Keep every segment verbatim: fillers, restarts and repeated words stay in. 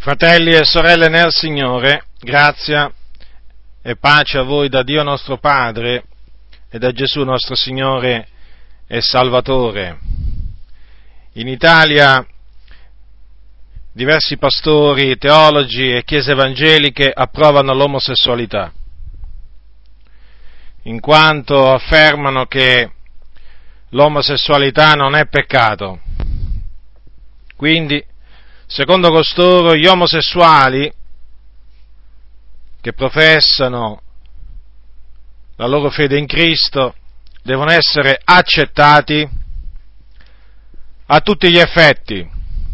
Fratelli e sorelle nel Signore, grazia e pace a voi da Dio nostro Padre e da Gesù nostro Signore e Salvatore. In Italia diversi pastori, teologi e chiese evangeliche approvano l'omosessualità, in quanto affermano che l'omosessualità non è peccato. Quindi, secondo costoro, gli omosessuali che professano la loro fede in Cristo devono essere accettati a tutti gli effetti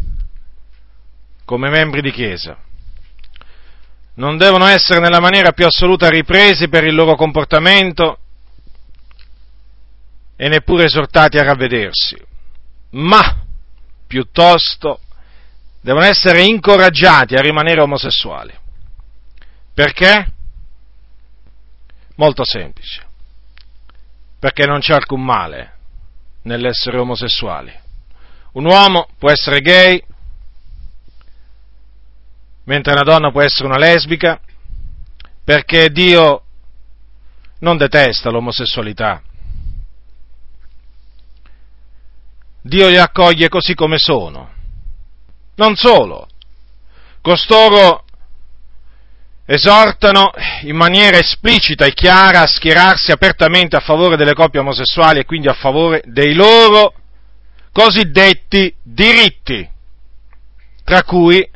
come membri di Chiesa. Non devono essere nella maniera più assoluta ripresi per il loro comportamento e neppure esortati a ravvedersi, ma piuttosto devono essere incoraggiati a rimanere omosessuali. Perché? Molto semplice. Perché non c'è alcun male nell'essere omosessuali. Un uomo può essere gay, mentre una donna può essere una lesbica, perché Dio non detesta l'omosessualità. Dio li accoglie così come sono. Non solo, costoro esortano in maniera esplicita e chiara a schierarsi apertamente a favore delle coppie omosessuali e quindi a favore dei loro cosiddetti diritti, tra cui,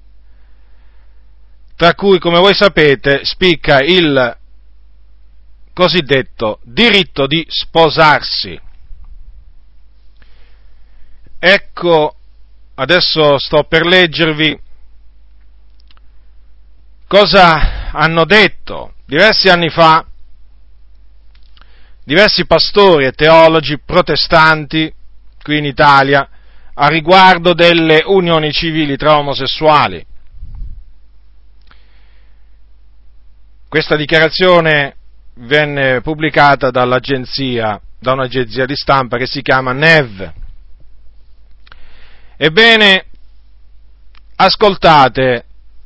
tra cui, come voi sapete, spicca il cosiddetto diritto di sposarsi. Ecco, adesso sto per leggervi cosa hanno detto diversi anni fa diversi pastori e teologi protestanti qui in Italia a riguardo delle unioni civili tra omosessuali. Questa dichiarazione venne pubblicata dall'agenzia, da un'agenzia di stampa che si chiama N E V. Ebbene, ascoltate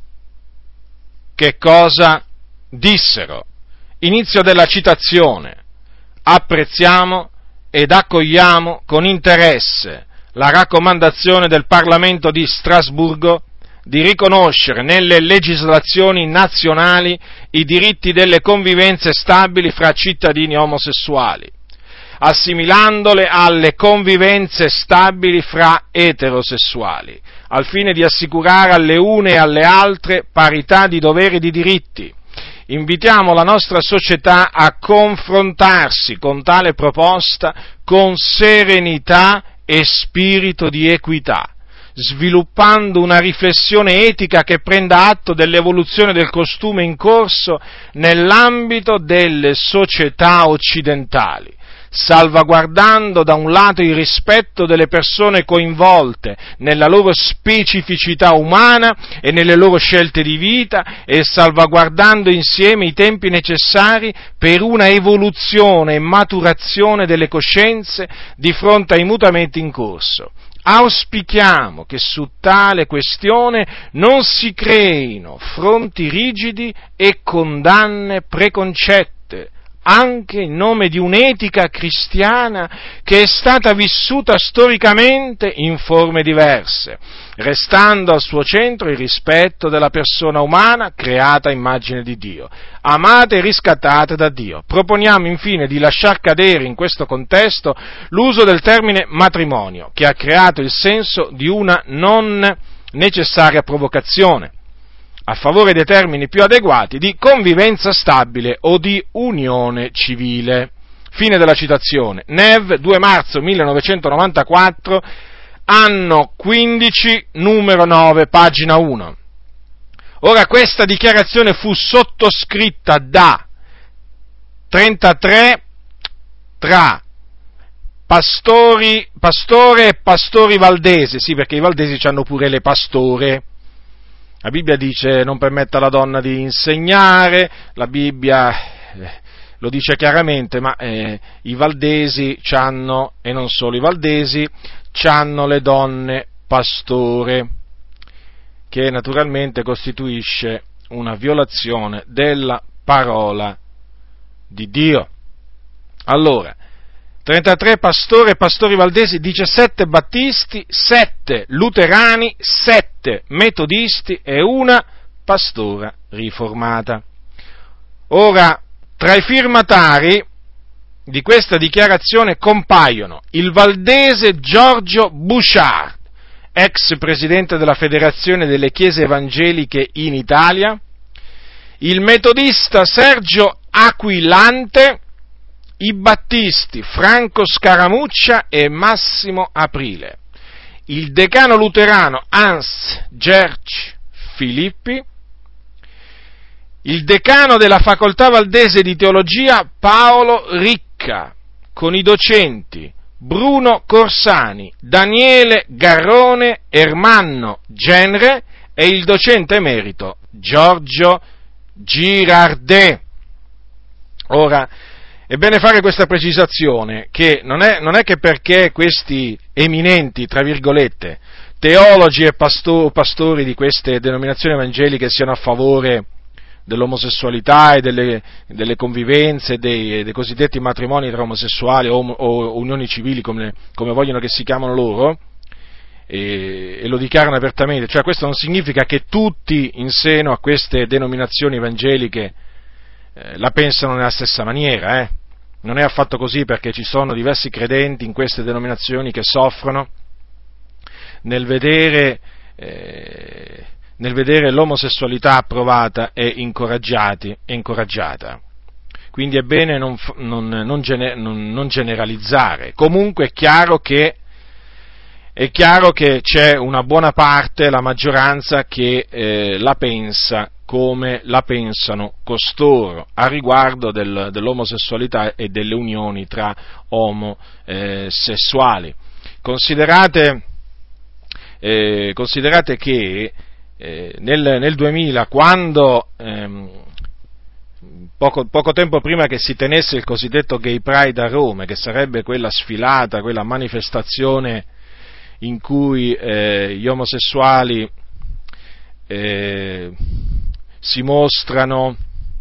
che cosa dissero. Inizio della citazione. Apprezziamo ed accogliamo con interesse la raccomandazione del Parlamento di Strasburgo di riconoscere nelle legislazioni nazionali i diritti delle convivenze stabili fra cittadini omosessuali, assimilandole alle convivenze stabili fra eterosessuali, al fine di assicurare alle une e alle altre parità di doveri e di diritti. Invitiamo la nostra società a confrontarsi con tale proposta con serenità e spirito di equità, sviluppando una riflessione etica che prenda atto dell'evoluzione del costume in corso nell'ambito delle società occidentali, salvaguardando da un lato il rispetto delle persone coinvolte nella loro specificità umana e nelle loro scelte di vita e salvaguardando insieme i tempi necessari per una evoluzione e maturazione delle coscienze di fronte ai mutamenti in corso. Auspichiamo che su tale questione non si creino fronti rigidi e condanne preconcette, anche in nome di un'etica cristiana che è stata vissuta storicamente in forme diverse, restando al suo centro il rispetto della persona umana creata a immagine di Dio, amata e riscattata da Dio. Proponiamo infine di lasciar cadere in questo contesto l'uso del termine matrimonio, che ha creato il senso di una non necessaria provocazione, a favore dei termini più adeguati di convivenza stabile o di unione civile. Fine della citazione. N E V, due marzo millenovecentonovantaquattro, anno quindici, numero nove, pagina uno. Ora, questa dichiarazione fu sottoscritta da trentatré tra pastori, pastore e pastori valdesi, sì, perché i valdesi hanno pure le pastore. La Bibbia dice non permette alla donna di insegnare, la Bibbia eh, lo dice chiaramente, ma eh, i valdesi c'hanno, e non solo i valdesi, c'hanno le donne pastore. che naturalmente costituisce una violazione della parola di Dio. Allora, trentatré pastori e pastori valdesi, diciassette battisti, sette luterani, sette metodisti e una pastora riformata. Ora, tra i firmatari di questa dichiarazione compaiono il valdese Giorgio Bouchard, ex presidente della Federazione delle Chiese Evangeliche in Italia, il metodista Sergio Aquilante, i battisti Franco Scaramuccia e Massimo Aprile, il decano luterano Hans Gerd Filippi, il decano della facoltà valdese di teologia Paolo Ricca, con i docenti Bruno Corsani, Daniele Garrone, Ermanno Genre e il docente emerito Giorgio Girardet. Ora, è bene fare questa precisazione, che non è, non è che perché questi eminenti, tra virgolette, teologi e pasto, pastori di queste denominazioni evangeliche siano a favore dell'omosessualità e delle, delle convivenze, dei, dei cosiddetti matrimoni tra omosessuali o, o unioni civili, come, come vogliono che si chiamano loro, e, e lo dichiarano apertamente. Cioè, questo non significa che tutti in seno a queste denominazioni evangeliche eh, la pensano nella stessa maniera, eh. Non è affatto così, perché ci sono diversi credenti in queste denominazioni che soffrono nel vedere eh, nel vedere l'omosessualità approvata e incoraggiati, e incoraggiata. Quindi è bene non, non, non, gener, non, non generalizzare. Comunque è chiaro che è chiaro che c'è una buona parte, la maggioranza, che eh, la pensa come la pensano costoro a riguardo del, dell'omosessualità e delle unioni tra omosessuali. Considerate, eh, considerate che Eh, nel, nel duemila, quando ehm, poco, poco tempo prima che si tenesse il cosiddetto Gay Pride a Roma, che sarebbe quella sfilata, quella manifestazione in cui eh, gli omosessuali eh, si mostrano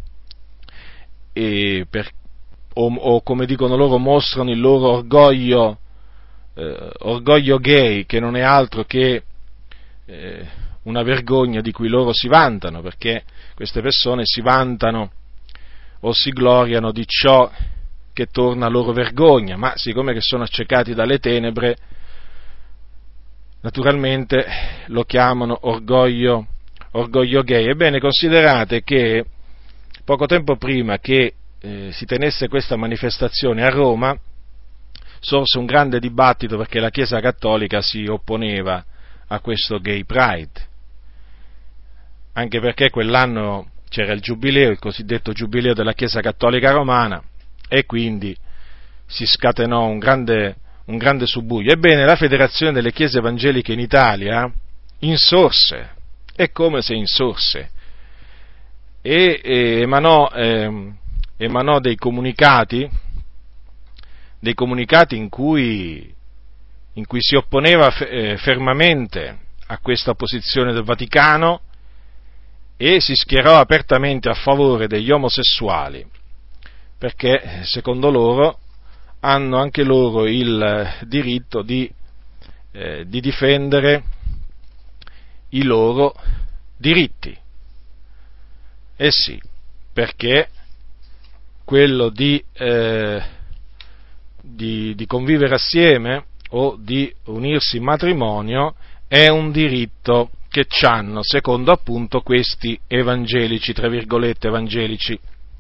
e per, o, o come dicono loro, mostrano il loro orgoglio, eh, orgoglio gay, che non è altro che eh, una vergogna di cui loro si vantano, perché queste persone si vantano o si gloriano di ciò che torna loro vergogna, ma siccome che sono accecati dalle tenebre, naturalmente lo chiamano orgoglio, orgoglio gay. Ebbene, considerate che poco tempo prima che eh, si tenesse questa manifestazione a Roma, sorse un grande dibattito, perché la Chiesa Cattolica si opponeva a questo Gay Pride, anche perché quell'anno c'era il giubileo, il cosiddetto giubileo della Chiesa Cattolica Romana, e quindi si scatenò un grande, un grande subbuglio. Ebbene, la Federazione delle Chiese Evangeliche in Italia insorse, è come se insorse, e, e emanò, eh, emanò dei comunicati, dei comunicati in cui, in cui si opponeva eh, fermamente a questa posizione del Vaticano, e si schierò apertamente a favore degli omosessuali, perché secondo loro hanno anche loro il diritto di, eh, di difendere i loro diritti. Eh sì, perché quello di, eh, di, di convivere assieme o di unirsi in matrimonio è un diritto che c'hanno, secondo appunto questi evangelici, tra virgolette evangelici.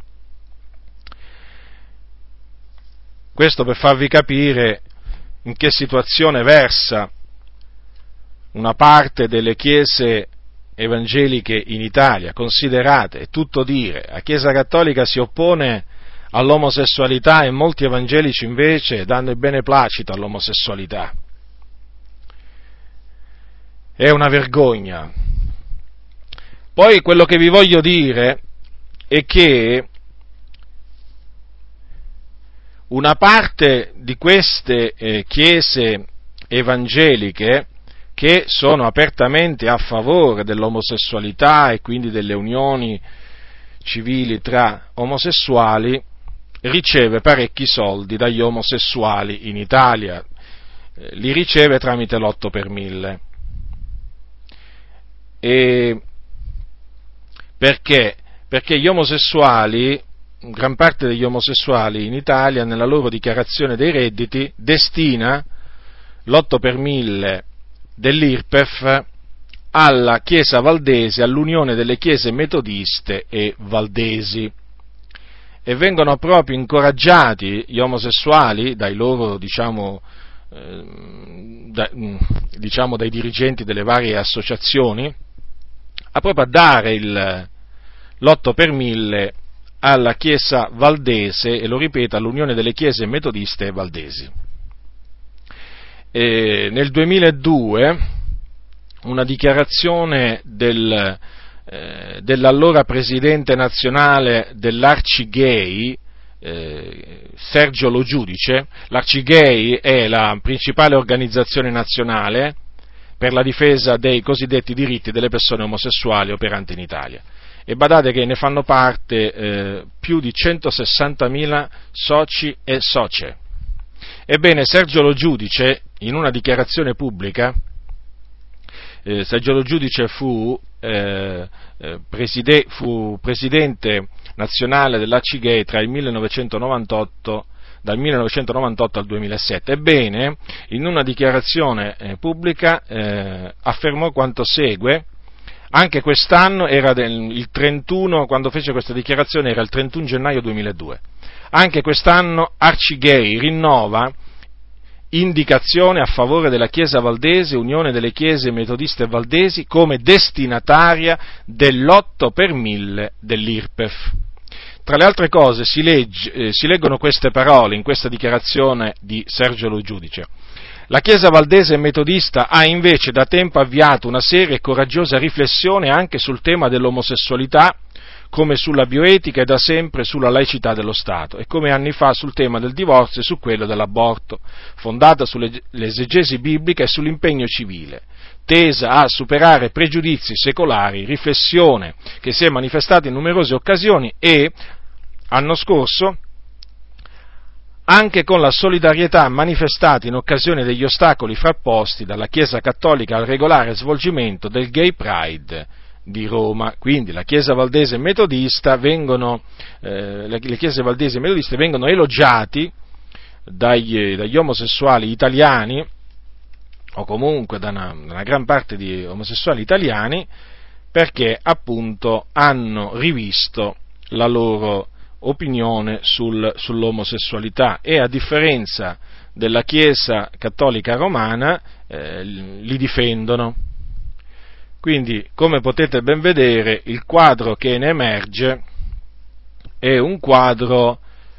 Questo per farvi capire in che situazione versa una parte delle chiese evangeliche in Italia. Considerate, è tutto dire, la Chiesa Cattolica si oppone all'omosessualità e molti evangelici invece danno il beneplacito all'omosessualità. È una vergogna. Poi quello che vi voglio dire è che una parte di queste eh, chiese evangeliche che sono apertamente a favore dell'omosessualità e quindi delle unioni civili tra omosessuali, riceve parecchi soldi dagli omosessuali in Italia, li riceve tramite l'otto per mille. E perché? Perché gli omosessuali, gran parte degli omosessuali in Italia, nella loro dichiarazione dei redditi, destina l'otto per mille dell'I R P E F alla Chiesa Valdese, all'Unione delle Chiese Metodiste e Valdesi, e vengono proprio incoraggiati gli omosessuali dai loro, diciamo, eh, da, diciamo dai dirigenti delle varie associazioni a proprio a dare il, l'otto per mille alla Chiesa Valdese, e lo ripeto, all'Unione delle Chiese Metodiste e Valdesi. E nel duemiladue una dichiarazione del, eh, dell'allora presidente nazionale dell'Arcigay, eh, Sergio Lo Giudice. L'Arcigay è la principale organizzazione nazionale per la difesa dei cosiddetti diritti delle persone omosessuali operanti in Italia, e badate che ne fanno parte eh, più di centosessantamila soci e socie. Ebbene, Sergio Lo Giudice, in una dichiarazione pubblica, eh, Sergio Lo Giudice fu, eh, preside, fu presidente nazionale dell'Arcigay tra il millenovecentonovantotto, dal millenovecentonovantotto al duemilasette. Ebbene, in una dichiarazione eh, pubblica eh, affermò quanto segue. Anche quest'anno, era del, il trentuno, quando fece questa dichiarazione era il trentuno gennaio duemiladue. Anche quest'anno Arcigay rinnova indicazione a favore della Chiesa Valdese, Unione delle Chiese Metodiste Valdesi, come destinataria dell'otto per mille dell'I R P E F. Tra le altre cose si, legge, eh, si leggono queste parole in questa dichiarazione di Sergio Lo Giudice. La Chiesa Valdese Metodista ha invece da tempo avviato una seria e coraggiosa riflessione anche sul tema dell'omosessualità, come sulla bioetica e da sempre sulla laicità dello Stato, e come anni fa sul tema del divorzio e su quello dell'aborto, fondata sull'esegesi biblica e sull'impegno civile, tesa a superare pregiudizi secolari, riflessione che si è manifestata in numerose occasioni e, anno scorso, anche con la solidarietà manifestata in occasione degli ostacoli frapposti dalla Chiesa Cattolica al regolare svolgimento del Gay Pride di Roma. Quindi la Chiesa Valdese Metodista vengono, eh, le, le Chiese Valdesi e Metodiste vengono elogiati dagli, dagli omosessuali italiani, o comunque da una, da una gran parte di omosessuali italiani, perché appunto hanno rivisto la loro opinione sul, sull'omosessualità, e a differenza della Chiesa Cattolica Romana eh, li difendono. Quindi, come potete ben vedere, il quadro che ne emerge è un quadro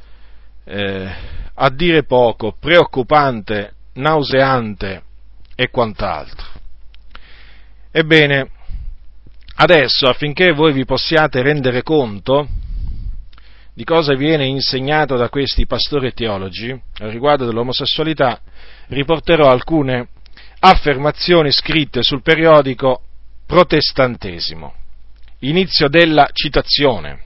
eh, a dire poco preoccupante, nauseante e quant'altro. Ebbene, adesso, affinché voi vi possiate rendere conto di cosa viene insegnato da questi pastori e teologi al riguardo dell'omosessualità, riporterò alcune affermazioni scritte sul periodico Protestantesimo. Inizio della citazione.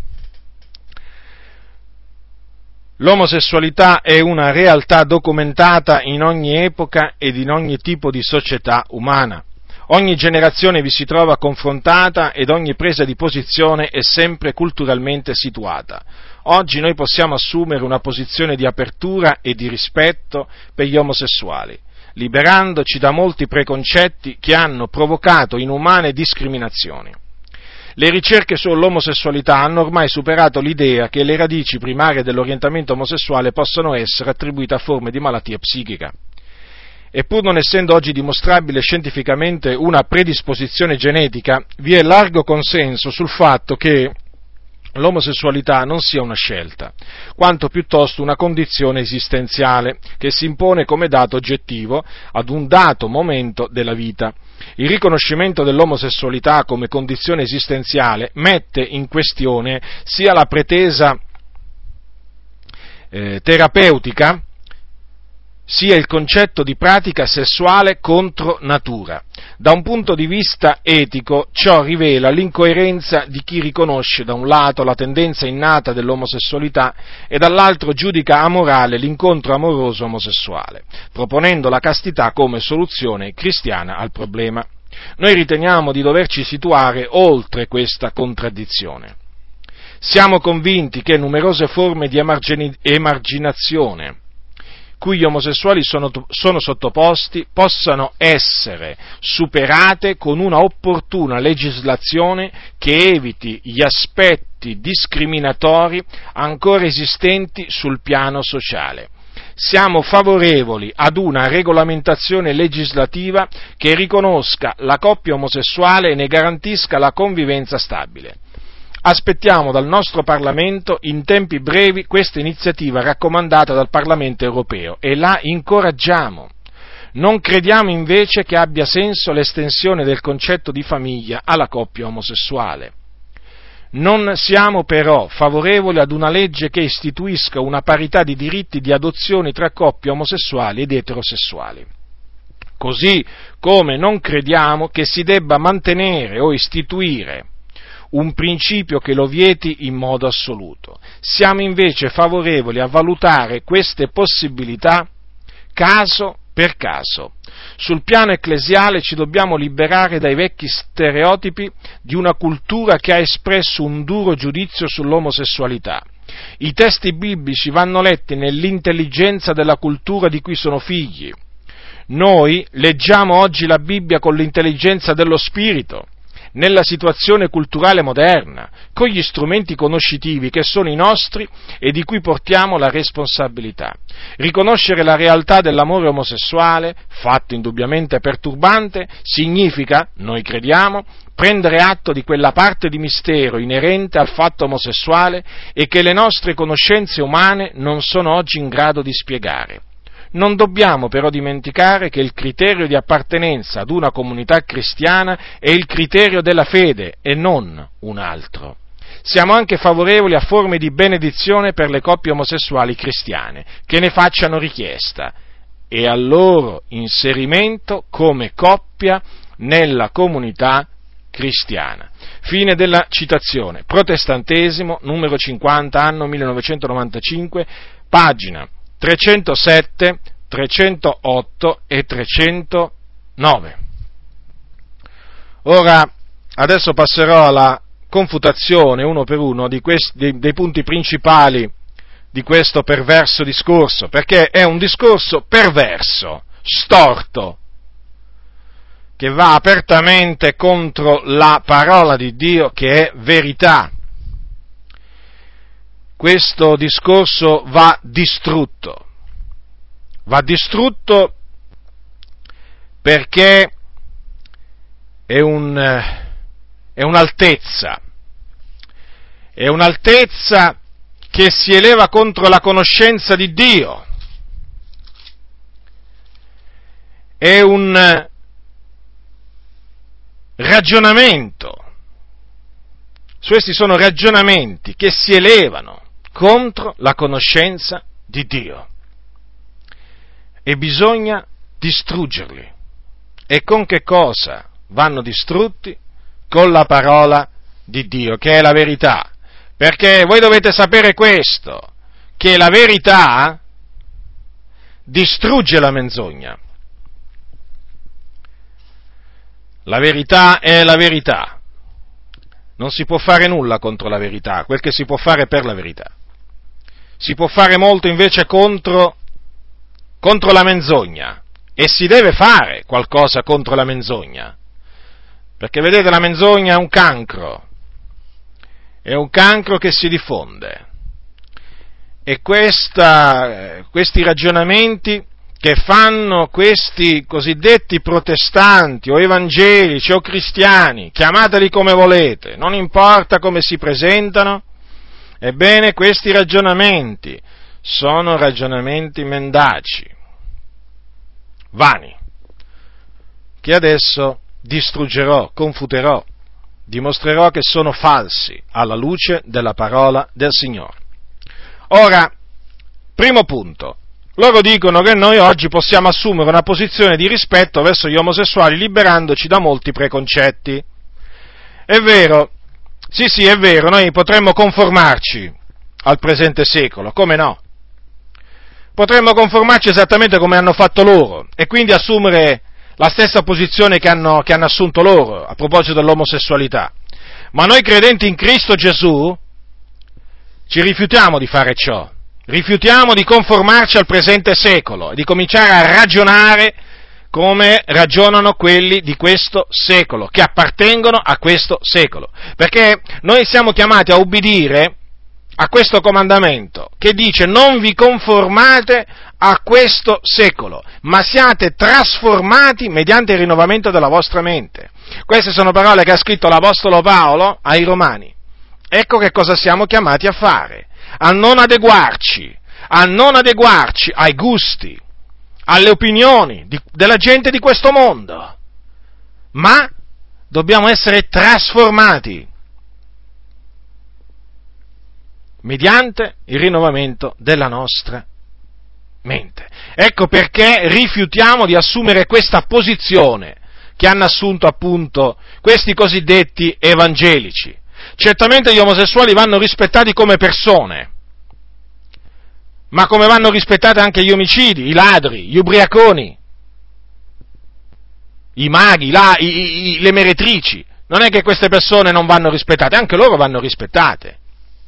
L'omosessualità è una realtà documentata in ogni epoca ed in ogni tipo di società umana. Ogni generazione vi si trova confrontata ed ogni presa di posizione è sempre culturalmente situata. Oggi noi possiamo assumere una posizione di apertura e di rispetto per gli omosessuali, liberandoci da molti preconcetti che hanno provocato inumane discriminazioni. Le ricerche sull'omosessualità hanno ormai superato l'idea che le radici primarie dell'orientamento omosessuale possano essere attribuite a forme di malattia psichica. E pur non essendo oggi dimostrabile scientificamente una predisposizione genetica, vi è largo consenso sul fatto che l'omosessualità non sia una scelta, quanto piuttosto una condizione esistenziale che si impone come dato oggettivo ad un dato momento della vita. Il riconoscimento dell'omosessualità come condizione esistenziale mette in questione sia la pretesa eh, terapeutica sia il concetto di pratica sessuale contro natura. Da un punto di vista etico, ciò rivela l'incoerenza di chi riconosce da un lato la tendenza innata dell'omosessualità e dall'altro giudica amorale l'incontro amoroso omosessuale, proponendo la castità come soluzione cristiana al problema. Noi riteniamo di doverci situare oltre questa contraddizione. Siamo convinti che numerose forme di emargini- emarginazione cui gli omosessuali sono, sono sottoposti possano essere superate con una opportuna legislazione che eviti gli aspetti discriminatori ancora esistenti sul piano sociale. Siamo favorevoli ad una regolamentazione legislativa che riconosca la coppia omosessuale e ne garantisca la convivenza stabile. Aspettiamo dal nostro Parlamento in tempi brevi questa iniziativa raccomandata dal Parlamento europeo e la incoraggiamo. Non crediamo invece che abbia senso l'estensione del concetto di famiglia alla coppia omosessuale. Non siamo però favorevoli ad una legge che istituisca una parità di diritti di adozione tra coppie omosessuali ed eterosessuali. Così come non crediamo che si debba mantenere o istituire un principio che lo vieti in modo assoluto. Siamo invece favorevoli a valutare queste possibilità caso per caso. Sul piano ecclesiale ci dobbiamo liberare dai vecchi stereotipi di una cultura che ha espresso un duro giudizio sull'omosessualità. I testi biblici vanno letti nell'intelligenza della cultura di cui sono figli. Noi leggiamo oggi la Bibbia con l'intelligenza dello Spirito, nella situazione culturale moderna, con gli strumenti conoscitivi che sono i nostri e di cui portiamo la responsabilità. Riconoscere la realtà dell'amore omosessuale, fatto indubbiamente perturbante, significa, noi crediamo, prendere atto di quella parte di mistero inerente al fatto omosessuale e che le nostre conoscenze umane non sono oggi in grado di spiegare. Non dobbiamo però dimenticare che il criterio di appartenenza ad una comunità cristiana è il criterio della fede e non un altro. Siamo anche favorevoli a forme di benedizione per le coppie omosessuali cristiane, che ne facciano richiesta, e al loro inserimento come coppia nella comunità cristiana. Fine della citazione. Protestantesimo, numero cinquanta, anno millenovecentonovantacinque, pagina trecentosette, trecentootto e trecentonove. Ora, adesso passerò alla confutazione uno per uno di questi, dei, dei punti principali di questo perverso discorso, perché è un discorso perverso, storto, che va apertamente contro la parola di Dio che è verità. Questo discorso va distrutto, va distrutto perché è, un, è un'altezza, è un'altezza che si eleva contro la conoscenza di Dio, è un ragionamento, questi sono ragionamenti che si elevano contro la conoscenza di Dio e bisogna distruggerli. E con che cosa vanno distrutti? Con la parola di Dio, che è la verità. Perché voi dovete sapere questo, che la verità distrugge la menzogna. La verità è la verità. Non si può fare nulla contro la verità, quel che si può fare per la verità. Si può fare molto invece contro, contro la menzogna, e si deve fare qualcosa contro la menzogna, perché vedete, la menzogna è un cancro, è un cancro che si diffonde, e questa, questi ragionamenti che fanno questi cosiddetti protestanti o evangelici o cristiani, chiamateli come volete, non importa come si presentano, ebbene questi ragionamenti sono ragionamenti mendaci, vani, che adesso distruggerò, confuterò, dimostrerò che sono falsi alla luce della parola del Signore. Ora, primo punto, Loro dicono che noi oggi possiamo assumere una posizione di rispetto verso gli omosessuali liberandoci da molti preconcetti. È vero, sì sì è vero, noi potremmo conformarci al presente secolo, come no? Potremmo conformarci esattamente come hanno fatto loro e quindi assumere la stessa posizione che hanno, che hanno assunto loro a proposito dell'omosessualità. Ma noi credenti in Cristo Gesù ci rifiutiamo di fare ciò. Rifiutiamo di conformarci al presente secolo e di cominciare a ragionare come ragionano quelli di questo secolo, che appartengono a questo secolo. Perché noi siamo chiamati a ubbidire a questo comandamento che dice: non vi conformate a questo secolo, ma siate trasformati mediante il rinnovamento della vostra mente. Queste sono parole che ha scritto l'Apostolo Paolo ai Romani. Ecco che cosa siamo chiamati a fare: a non adeguarci, a non adeguarci ai gusti, alle opinioni di, della gente di questo mondo, ma dobbiamo essere trasformati mediante il rinnovamento della nostra mente. Ecco perché rifiutiamo di assumere questa posizione che hanno assunto appunto questi cosiddetti evangelici. Certamente gli omosessuali vanno rispettati come persone, ma come vanno rispettati anche gli omicidi, i ladri, gli ubriaconi, i maghi, la, i, i, le meretrici. Non è che queste persone non vanno rispettate, anche loro vanno rispettate.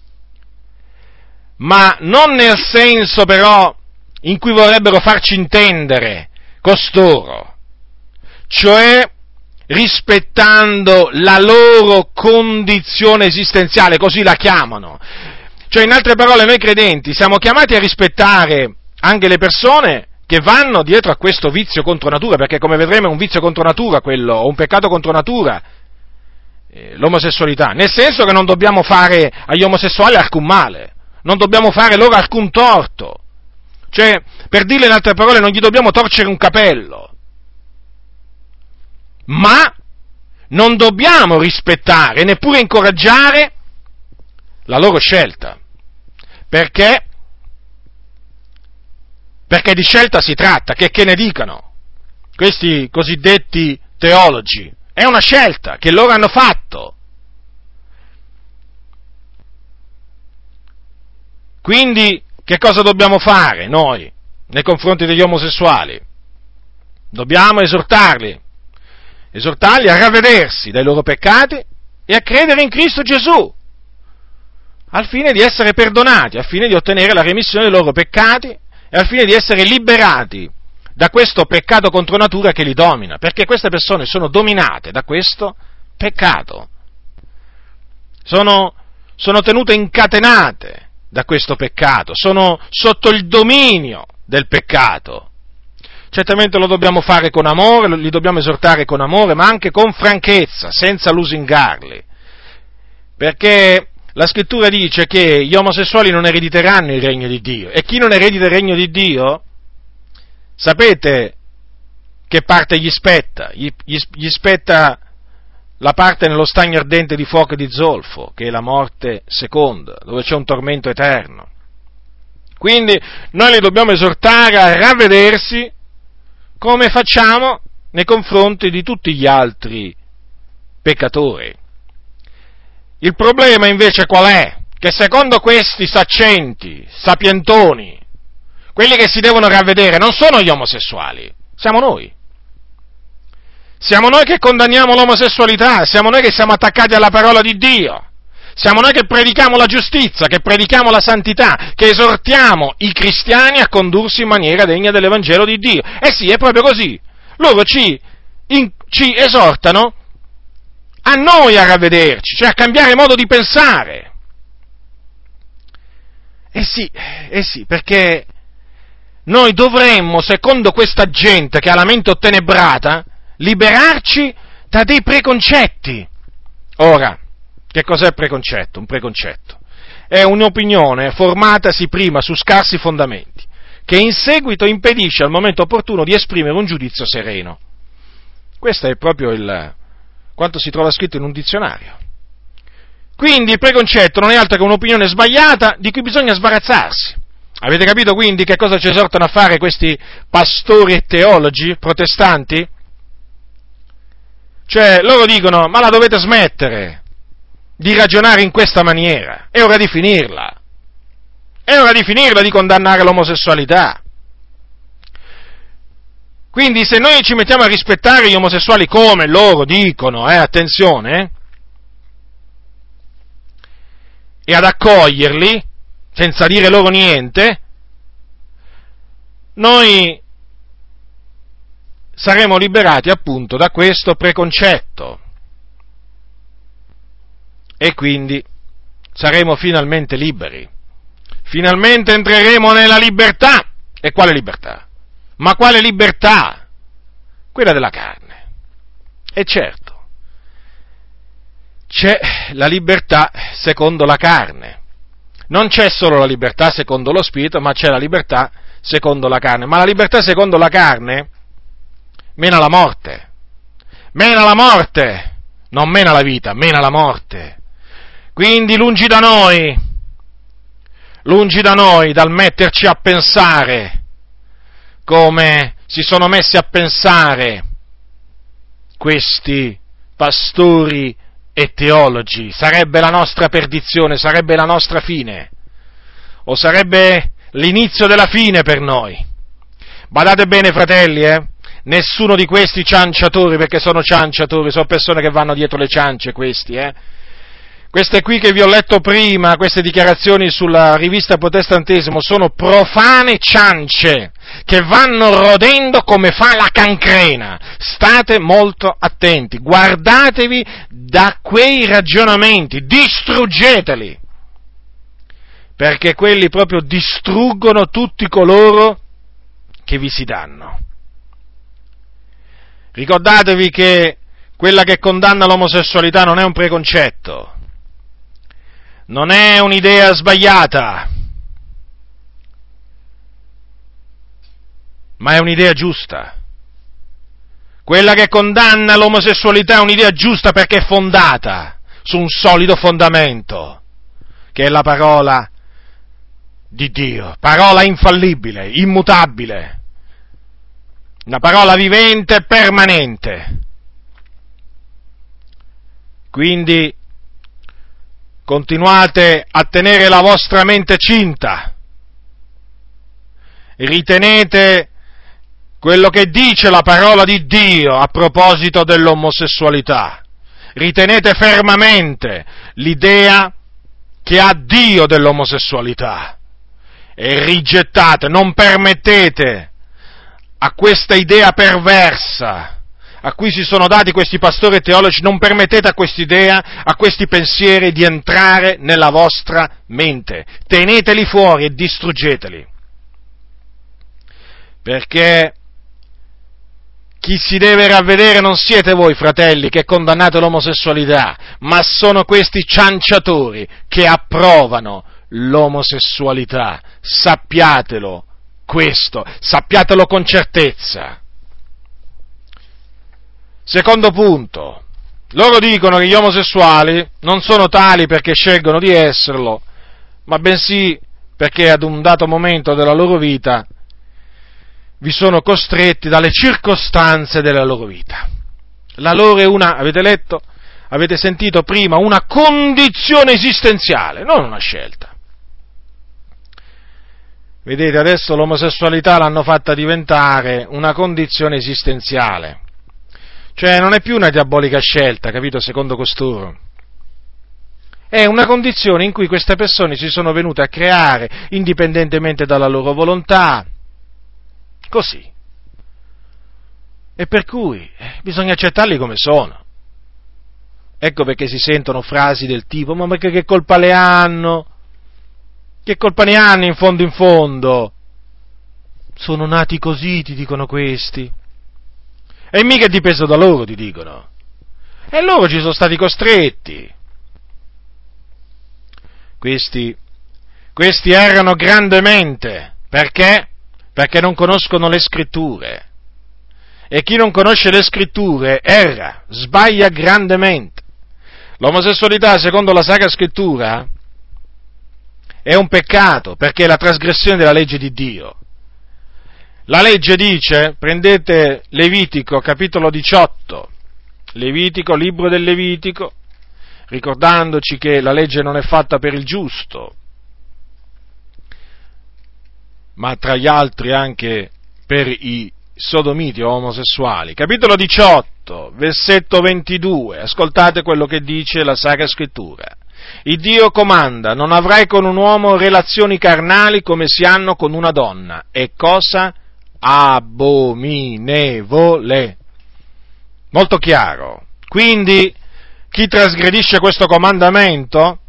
Ma non nel senso però in cui vorrebbero farci intendere costoro, cioè rispettando la loro condizione esistenziale, così la chiamano. Cioè, in altre parole, noi credenti siamo chiamati a rispettare anche le persone che vanno dietro a questo vizio contro natura, perché come vedremo è un vizio contro natura quello, o un peccato contro natura, eh, l'omosessualità, nel senso che non dobbiamo fare agli omosessuali alcun male, non dobbiamo fare loro alcun torto, cioè, per dirle in altre parole, non gli dobbiamo torcere un capello, ma non dobbiamo rispettare, neppure incoraggiare la loro scelta, perché, perché di scelta si tratta, che, che ne dicano questi cosiddetti teologi, è una scelta che loro hanno fatto. Quindi, che cosa dobbiamo fare noi nei confronti degli omosessuali? Dobbiamo esortarli, esortarli a ravvedersi dai loro peccati e a credere in Cristo Gesù, al fine di essere perdonati, al fine di ottenere la remissione dei loro peccati e al fine di essere liberati da questo peccato contro natura che li domina, perché queste persone sono dominate da questo peccato, sono, sono tenute incatenate da questo peccato, sono sotto il dominio del peccato. Certamente lo dobbiamo fare con amore, li dobbiamo esortare con amore, ma anche con franchezza, senza lusingarli, perché la Scrittura dice che gli omosessuali non erediteranno il regno di Dio, e chi non eredita il regno di Dio, sapete che parte gli spetta? Gli, gli, gli spetta la parte nello stagno ardente di fuoco e di zolfo, che è la morte seconda, dove c'è un tormento eterno. Quindi noi li dobbiamo esortare a ravvedersi, come facciamo nei confronti di tutti gli altri peccatori. Il problema invece qual è? Che secondo questi saccenti, sapientoni, quelli che si devono ravvedere non sono gli omosessuali, siamo noi. Siamo noi che condanniamo l'omosessualità, siamo noi che siamo attaccati alla parola di Dio, siamo noi che predichiamo la giustizia, che predichiamo la santità, che esortiamo i cristiani a condursi in maniera degna dell'Evangelo di Dio. Eh sì, è proprio così. Loro ci, in, ci esortano a noi a ravvederci, cioè a cambiare modo di pensare. Eh sì, eh sì, perché noi dovremmo, secondo questa gente che ha la mente ottenebrata, liberarci da dei preconcetti. Ora, che cos'è il preconcetto? Un preconcetto è un'opinione formatasi prima su scarsi fondamenti, che in seguito impedisce al momento opportuno di esprimere un giudizio sereno. Questo è proprio il quanto si trova scritto in un dizionario. Quindi il preconcetto non è altro che un'opinione sbagliata di cui bisogna sbarazzarsi. Avete capito quindi che cosa ci esortano a fare questi pastori e teologi protestanti? Cioè, loro dicono, ma la dovete smettere di ragionare in questa maniera, è ora di finirla, è ora di finirla di condannare l'omosessualità. Quindi se noi ci mettiamo a rispettare gli omosessuali come loro dicono, eh, attenzione, eh, e ad accoglierli, senza dire loro niente, noi saremo liberati appunto da questo preconcetto e quindi saremo finalmente liberi. Finalmente entreremo nella libertà. E quale libertà? Ma quale libertà? Quella della carne. E certo, c'è la libertà secondo la carne. Non c'è solo la libertà secondo lo spirito, ma c'è la libertà secondo la carne. Ma la libertà secondo la carne mena la morte. Mena la morte! Non mena la vita, mena la morte. Quindi lungi da noi, lungi da noi dal metterci a pensare come si sono messi a pensare questi pastori e teologi. Sarebbe la nostra perdizione, sarebbe la nostra fine, o sarebbe l'inizio della fine per noi. Badate bene, fratelli, eh? Nessuno di questi cianciatori, perché sono cianciatori, sono persone che vanno dietro le ciance, questi, eh? Queste qui che vi ho letto prima, queste dichiarazioni sulla rivista Protestantesimo, sono profane ciance che vanno rodendo come fa la cancrena. State molto attenti, guardatevi da quei ragionamenti, distruggeteli, perché quelli proprio distruggono tutti coloro che vi si danno. Ricordatevi che quella che condanna l'omosessualità non è un preconcetto, non è un'idea sbagliata, ma è un'idea giusta. Quella che condanna l'omosessualità è un'idea giusta perché è fondata su un solido fondamento, che è la parola di Dio, parola infallibile, immutabile, una parola vivente e permanente. Quindi continuate a tenere la vostra mente cinta, ritenete quello che dice la parola di Dio a proposito dell'omosessualità, ritenete fermamente l'idea che ha Dio dell'omosessualità e rigettate, non permettete a questa idea perversa a cui si sono dati questi pastori e teologi, non permettete a quest'idea, a questi pensieri di entrare nella vostra mente. Teneteli fuori e distruggeteli. Perché chi si deve ravvedere non siete voi, fratelli, che condannate l'omosessualità, ma sono questi cianciatori che approvano l'omosessualità. Sappiatelo questo, sappiatelo con certezza. Secondo punto, loro dicono che gli omosessuali non sono tali perché scelgono di esserlo, ma bensì perché ad un dato momento della loro vita vi sono costretti dalle circostanze della loro vita. La loro è una, avete letto, avete sentito prima, una condizione esistenziale, non una scelta. Vedete, adesso l'omosessualità l'hanno fatta diventare una condizione esistenziale. Cioè non è più una diabolica scelta, capito, secondo costoro. È una condizione in cui queste persone si sono venute a creare indipendentemente dalla loro volontà, così. E per cui eh, bisogna accettarli come sono. Ecco perché si sentono frasi del tipo, ma perché che colpa le hanno? Che colpa ne hanno in fondo in fondo? Sono nati così, ti dicono questi. E mica è dipeso da loro, ti dicono. E loro ci sono stati costretti. Questi, questi errano grandemente. Perché? Perché non conoscono le scritture. E chi non conosce le scritture erra, sbaglia grandemente. L'omosessualità, secondo la Sacra Scrittura, è un peccato, perché è la trasgressione della legge di Dio. La legge dice, prendete Levitico, capitolo diciotto, Levitico, libro del Levitico, ricordandoci che la legge non è fatta per il giusto, ma tra gli altri anche per i sodomiti o omosessuali. Capitolo diciotto, versetto ventidue, ascoltate quello che dice la Sacra Scrittura. Il Dio comanda: non avrai con un uomo relazioni carnali come si hanno con una donna. È cosa abominevole. Molto chiaro. Quindi, chi trasgredisce questo comandamento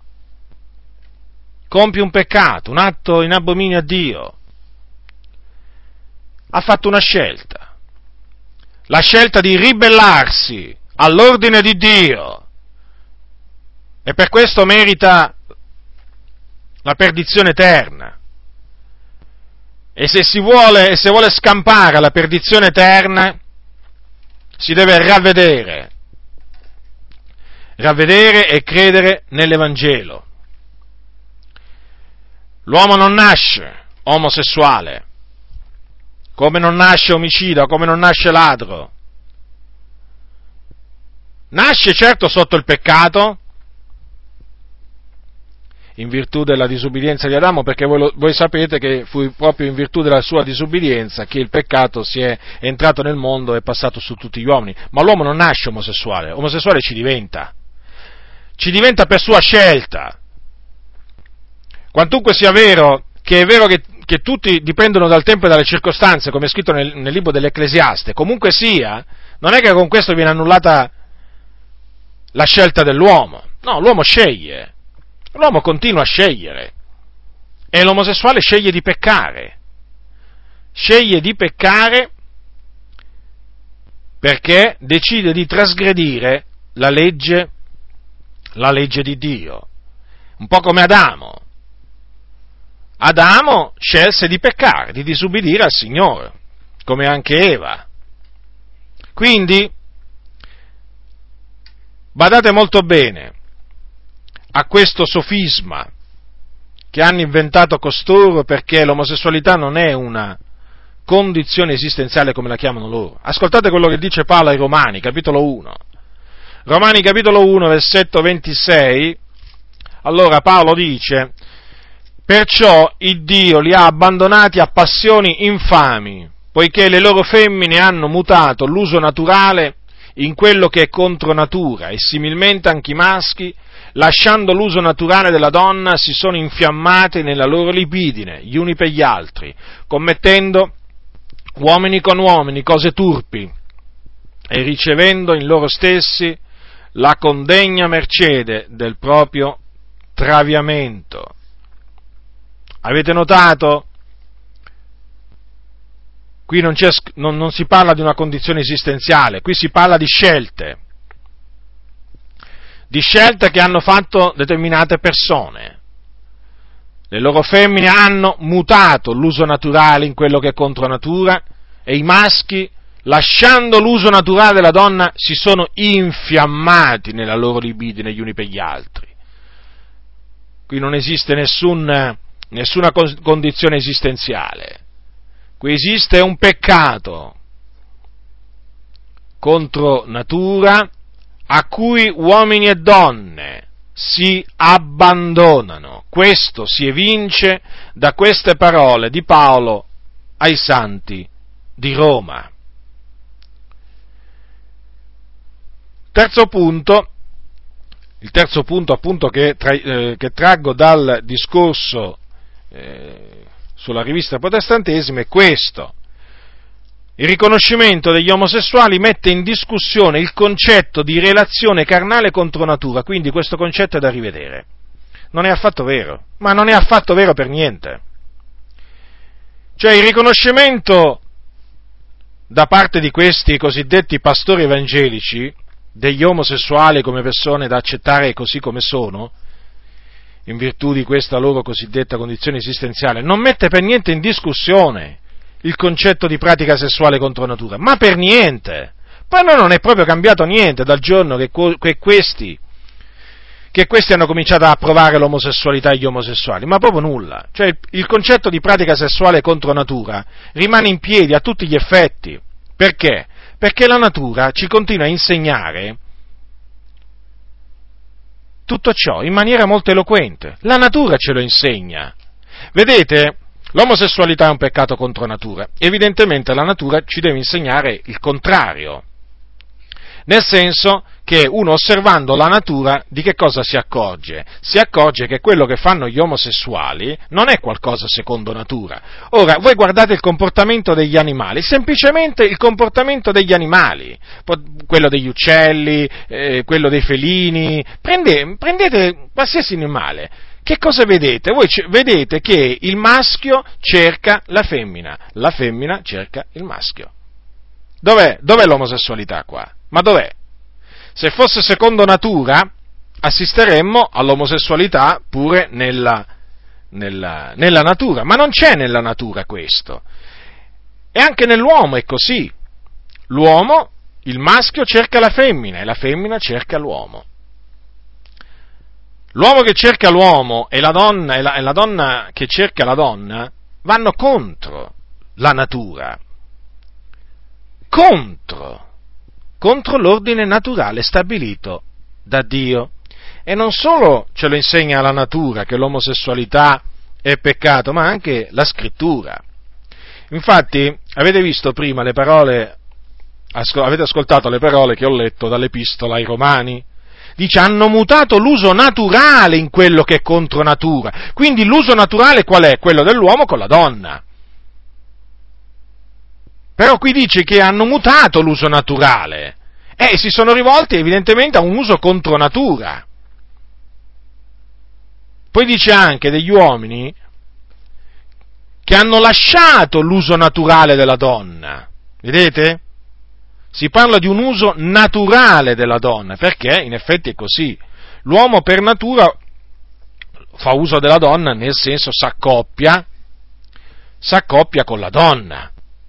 compie un peccato, un atto in abominio a Dio. Ha fatto una scelta, la scelta di ribellarsi all'ordine di Dio, e per questo merita la perdizione eterna. E se si vuole, e se vuole scampare alla perdizione eterna, si deve ravvedere, ravvedere e credere nell'Evangelo. L'uomo non nasce omosessuale, come non nasce omicida, come non nasce ladro. Nasce certo sotto il peccato, in virtù della disubbidienza di Adamo, perché voi, lo, voi sapete che fu proprio in virtù della sua disubbidienza che il peccato si è entrato nel mondo e è passato su tutti gli uomini. Ma l'uomo non nasce omosessuale, omosessuale ci diventa, ci diventa per sua scelta. Quantunque sia vero che è vero che, che tutti dipendono dal tempo e dalle circostanze, come è scritto nel, nel libro dell'Ecclesiaste, comunque sia, non è che con questo viene annullata la scelta dell'uomo. No, l'uomo sceglie, l'uomo continua a scegliere, e l'omosessuale sceglie di peccare, sceglie di peccare perché decide di trasgredire la legge, la legge di Dio, un po' come Adamo. Adamo scelse di peccare, di disubbidire al Signore, come anche Eva. Quindi, badate molto bene a questo sofisma che hanno inventato costoro, perché l'omosessualità non è una condizione esistenziale come la chiamano loro. Ascoltate quello che dice Paolo ai Romani, capitolo uno. Romani, capitolo uno, versetto ventisei. Allora Paolo dice: perciò il Dio li ha abbandonati a passioni infami, poiché le loro femmine hanno mutato l'uso naturale in quello che è contro natura, e similmente anche i maschi, lasciando l'uso naturale della donna, si sono infiammati nella loro libidine, gli uni per gli altri, commettendo uomini con uomini cose turpi, e ricevendo in loro stessi la condegna mercede del proprio traviamento. Avete notato? Qui non, c'è, non, non si parla di una condizione esistenziale, qui si parla di scelte, di scelte che hanno fatto determinate persone. Le loro femmine hanno mutato l'uso naturale in quello che è contro natura, e i maschi, lasciando l'uso naturale della donna, si sono infiammati nella loro libidine gli uni per gli altri. Qui non esiste nessun... nessuna condizione esistenziale. Qui esiste un peccato contro natura a cui uomini e donne si abbandonano. Questo si evince da queste parole di Paolo ai santi di Roma. Terzo punto, il terzo punto appunto che, tra, eh, che traggo dal discorso Eh, sulla rivista protestantesima è questo: il riconoscimento degli omosessuali mette in discussione il concetto di relazione carnale contro natura, quindi questo concetto è da rivedere. Non è affatto vero, ma non è affatto vero per niente. Cioè, il riconoscimento da parte di questi cosiddetti pastori evangelici degli omosessuali come persone da accettare così come sono, in virtù di questa loro cosiddetta condizione esistenziale, non mette per niente in discussione il concetto di pratica sessuale contro natura, ma per niente. Poi non è proprio cambiato niente dal giorno che, che questi, che questi hanno cominciato a approvare l'omosessualità e gli omosessuali? Ma proprio nulla. Cioè il, il concetto di pratica sessuale contro natura rimane in piedi a tutti gli effetti. Perché? Perché la natura ci continua a insegnare tutto ciò in maniera molto eloquente. La natura ce lo insegna. Vedete, l'omosessualità è un peccato contro natura. Evidentemente la natura ci deve insegnare il contrario. Nel senso che uno, osservando la natura, di che cosa si accorge? Si accorge che quello che fanno gli omosessuali non è qualcosa secondo natura. Ora, voi guardate il comportamento degli animali, semplicemente il comportamento degli animali, quello degli uccelli, eh, quello dei felini, prendete, prendete qualsiasi animale. Che cosa vedete? Voi c- vedete che il maschio cerca la femmina, la femmina cerca il maschio. Dov'è? Dov'è l'omosessualità qua? Ma dov'è? Se fosse secondo natura, assisteremmo all'omosessualità pure nella, nella, nella natura, ma non c'è nella natura questo. E anche nell'uomo è così. L'uomo, il maschio cerca la femmina e la femmina cerca l'uomo. L'uomo che cerca l'uomo e la donna, e la, e la donna che cerca la donna vanno contro la natura, contro, contro l'ordine naturale stabilito da Dio. E non solo ce lo insegna la natura che l'omosessualità è peccato, ma anche la Scrittura. Infatti, avete visto prima le parole, avete ascoltato le parole che ho letto dall'Epistola ai Romani? Dice, hanno mutato l'uso naturale in quello che è contro natura. Quindi l'uso naturale qual è? Quello dell'uomo con la donna. Però qui dice che hanno mutato l'uso naturale e si sono rivolti evidentemente a un uso contro natura. Poi dice anche degli uomini che hanno lasciato l'uso naturale della donna. Vedete? Si parla di un uso naturale della donna, perché in effetti è così. L'uomo per natura fa uso della donna, nel senso s'accoppia, s'accoppia con la donna.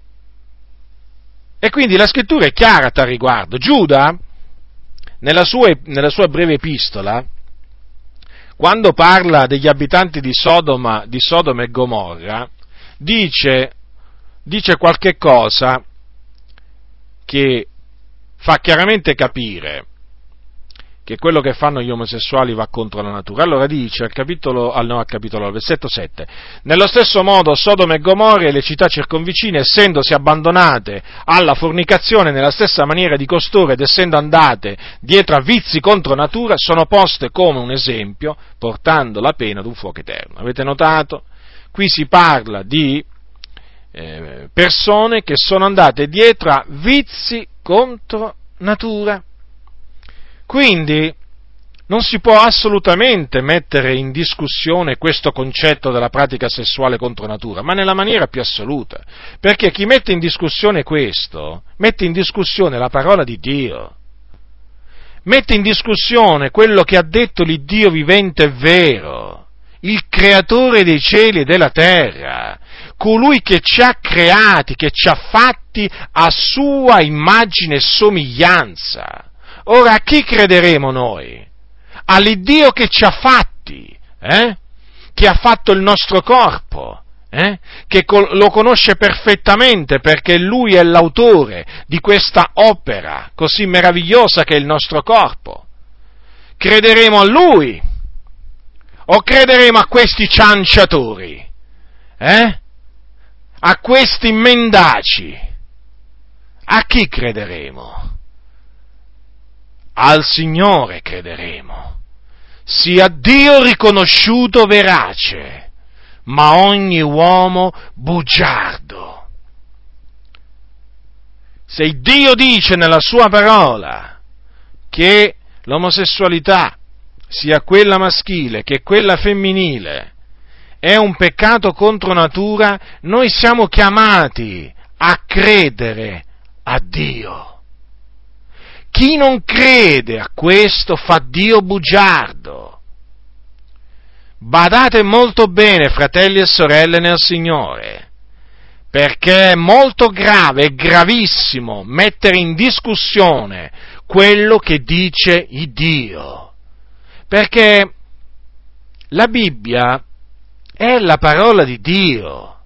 E quindi la Scrittura è chiara a tal riguardo. Giuda, nella sua, nella sua breve epistola, quando parla degli abitanti di Sodoma, di Sodoma e Gomorra, dice, dice qualche cosa che fa chiaramente capire che quello che fanno gli omosessuali va contro la natura. Allora dice al capitolo, al, no, al capitolo, al versetto sette, nello stesso modo Sodoma e Gomorra e le città circonvicine, essendosi abbandonate alla fornicazione nella stessa maniera di costoro ed essendo andate dietro a vizi contro natura, sono poste come un esempio, portando la pena ad un fuoco eterno. Avete notato? Qui si parla di eh, persone che sono andate dietro a vizi contro natura. Quindi non si può assolutamente mettere in discussione questo concetto della pratica sessuale contro natura, ma nella maniera più assoluta, perché chi mette in discussione questo, mette in discussione la parola di Dio, mette in discussione quello che ha detto l'Iddio vivente e vero, il creatore dei cieli e della terra, colui che ci ha creati, che ci ha fatti a sua immagine e somiglianza. Ora, a chi crederemo noi? All'Iddio che ci ha fatti, eh? Che ha fatto il nostro corpo, eh? Che lo conosce perfettamente perché Lui è l'autore di questa opera così meravigliosa che è il nostro corpo. Crederemo a Lui o crederemo a questi cianciatori, eh? A questi mendaci? A chi crederemo? Al Signore crederemo, sia Dio riconosciuto verace, ma ogni uomo bugiardo. Se Dio dice nella sua parola che l'omosessualità, sia quella maschile che quella femminile, è un peccato contro natura, noi siamo chiamati a credere a Dio. Chi non crede a questo fa Dio bugiardo. Badate molto bene, fratelli e sorelle nel Signore, perché è molto grave, è gravissimo mettere in discussione quello che dice il Dio. Perché la Bibbia è la parola di Dio.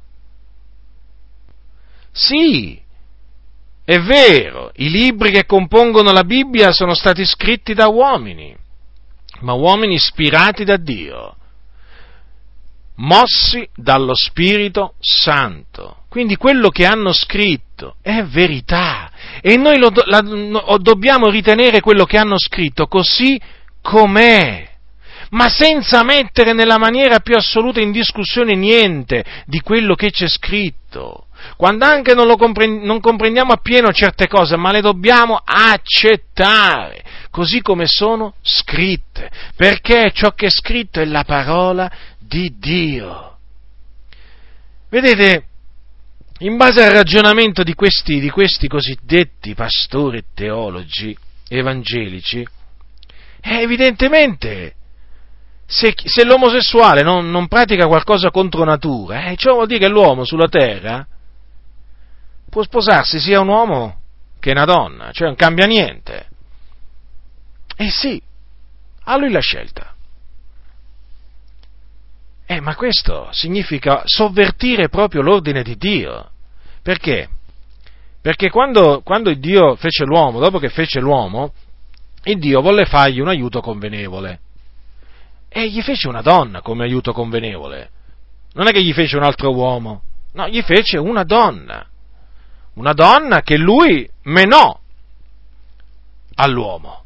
Sì, è vero, i libri che compongono la Bibbia sono stati scritti da uomini, ma uomini ispirati da Dio, mossi dallo Spirito Santo. Quindi quello che hanno scritto è verità e noi lo, la, lo, dobbiamo ritenere quello che hanno scritto così com'è, ma senza mettere nella maniera più assoluta in discussione niente di quello che c'è scritto. Quando anche non, lo comprend- non comprendiamo appieno certe cose, ma le dobbiamo accettare, così come sono scritte, perché ciò che è scritto è la parola di Dio. Vedete, in base al ragionamento di questi, di questi cosiddetti pastori e teologi evangelici, eh, evidentemente se, se l'omosessuale non, non pratica qualcosa contro natura, eh, ciò vuol dire che l'uomo sulla terra può sposarsi sia un uomo che una donna, cioè non cambia niente. Eh sì, a lui la scelta. Eh, ma questo significa sovvertire proprio l'ordine di Dio. Perché? Perché quando, quando il Dio fece l'uomo, dopo che fece l'uomo, il Dio volle fargli un aiuto convenevole. E gli fece una donna come aiuto convenevole. Non è che gli fece un altro uomo, no, gli fece una donna. Una donna che lui menò all'uomo.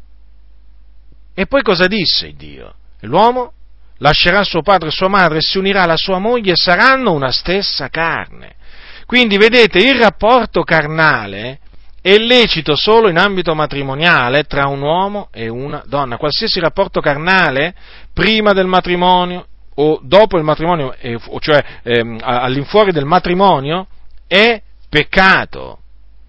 E poi cosa disse Dio? L'uomo lascerà suo padre e sua madre e si unirà alla sua moglie e saranno una stessa carne. Quindi vedete, il rapporto carnale è lecito solo in ambito matrimoniale tra un uomo e una donna. Qualsiasi rapporto carnale prima del matrimonio o dopo il matrimonio, eh, cioè eh, all'infuori del matrimonio, è peccato.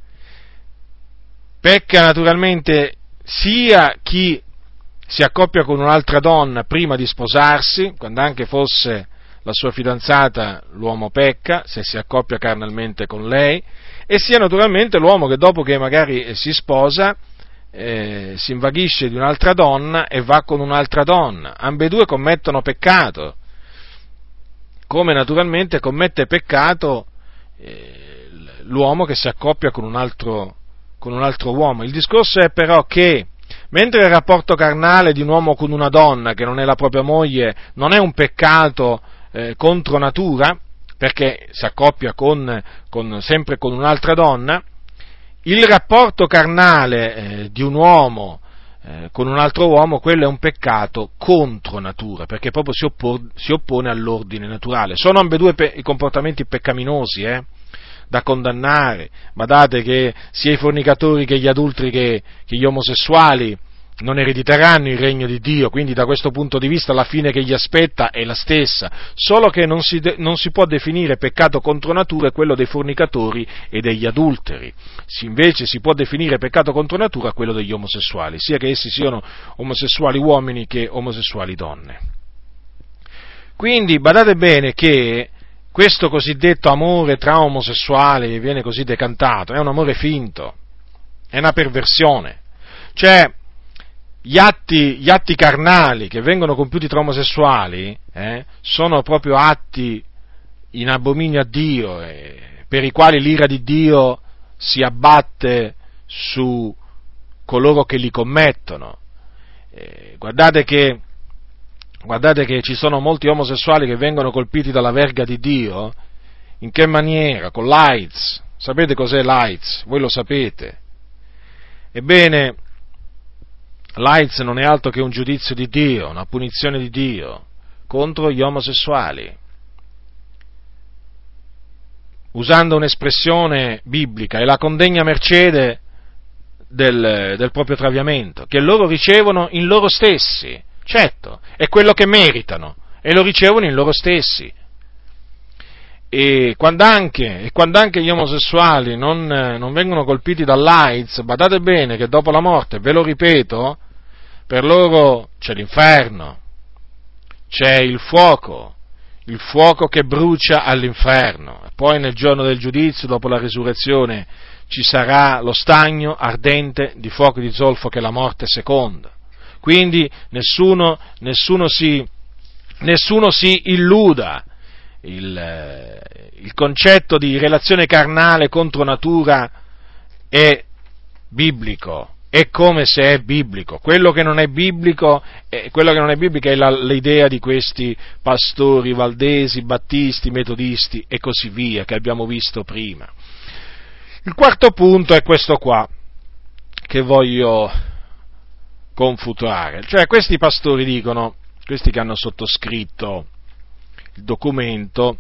Pecca naturalmente sia chi si accoppia con un'altra donna prima di sposarsi, quando anche fosse la sua fidanzata, l'uomo pecca se si accoppia carnalmente con lei, e sia naturalmente l'uomo che dopo che magari si sposa eh, si invaghisce di un'altra donna e va con un'altra donna. Ambedue commettono peccato, come naturalmente commette peccato eh, l'uomo che si accoppia con un altro, con un altro uomo. Il discorso è però che mentre il rapporto carnale di un uomo con una donna, che non è la propria moglie, non è un peccato eh, contro natura, perché si accoppia con, con, sempre con un'altra donna, il rapporto carnale eh, di un uomo eh, con un altro uomo, quello è un peccato contro natura, perché proprio si, oppor, si oppone all'ordine naturale. Sono ambedue pe- i comportamenti peccaminosi, eh? da condannare. Badate che sia i fornicatori che gli adulteri che, che gli omosessuali non erediteranno il regno di Dio, quindi da questo punto di vista la fine che gli aspetta è la stessa, solo che non si, de, non si può definire peccato contro natura quello dei fornicatori e degli adulteri, si, invece si può definire peccato contro natura quello degli omosessuali, sia che essi siano omosessuali uomini che omosessuali donne. Quindi badate bene che questo cosiddetto amore tra omosessuali che viene così decantato è un amore finto, è una perversione, cioè gli atti, gli atti carnali che vengono compiuti tra omosessuali eh, sono proprio atti in abominio a Dio, eh, per i quali l'ira di Dio si abbatte su coloro che li commettono. Eh, guardate che Guardate che ci sono molti omosessuali che vengono colpiti dalla verga di Dio. In che maniera? Con l'AIDS. Sapete cos'è l'AIDS? Voi lo sapete. Ebbene, l'AIDS non è altro che un giudizio di Dio, una punizione di Dio contro gli omosessuali. Usando un'espressione biblica, è la condegna mercede del, del proprio traviamento, che loro ricevono in loro stessi. Certo, è quello che meritano e lo ricevono in loro stessi. E quando anche, e quando anche gli omosessuali non, non vengono colpiti dall'AIDS, badate bene che dopo la morte, ve lo ripeto, per loro c'è l'inferno, c'è il fuoco, il fuoco che brucia all'inferno, e poi nel giorno del giudizio, dopo la risurrezione, ci sarà lo stagno ardente di fuoco e di zolfo che è la morte seconda. Quindi nessuno, nessuno, si, nessuno si illuda. Il, il concetto di relazione carnale contro natura è biblico, è come se è biblico. Quello che non è biblico è, quello che non è biblico è la, l'idea di questi pastori valdesi, battisti, metodisti e così via, che abbiamo visto prima. Il quarto punto è questo qua, che voglio confutare. Cioè, questi pastori dicono, questi che hanno sottoscritto il documento,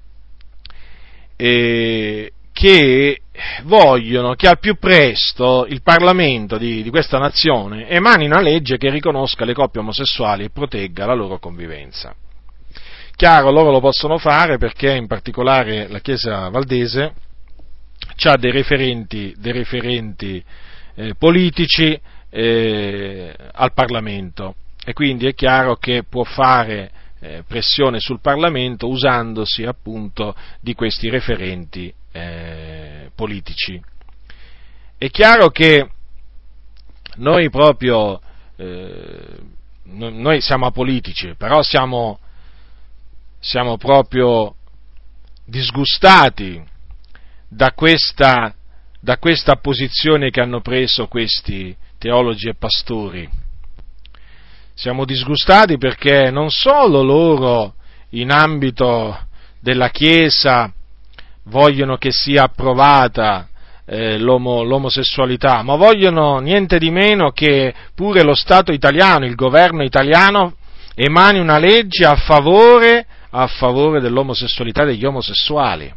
eh, che vogliono che al più presto il Parlamento di, di questa nazione emani una legge che riconosca le coppie omosessuali e protegga la loro convivenza. Chiaro, loro lo possono fare perché in particolare la Chiesa valdese ha dei referenti, dei referenti eh, politici eh, al Parlamento, e quindi è chiaro che può fare eh, pressione sul Parlamento usandosi appunto di questi referenti eh, politici. È chiaro che noi proprio eh, noi siamo apolitici, però siamo, siamo proprio disgustati da questa, da questa posizione che hanno preso questi teologi e pastori. Siamo disgustati perché non solo loro in ambito della Chiesa vogliono che sia approvata eh, l'omo, l'omosessualità, ma vogliono niente di meno che pure lo Stato italiano, il governo italiano, emani una legge a favore, a favore dell'omosessualità, degli omosessuali.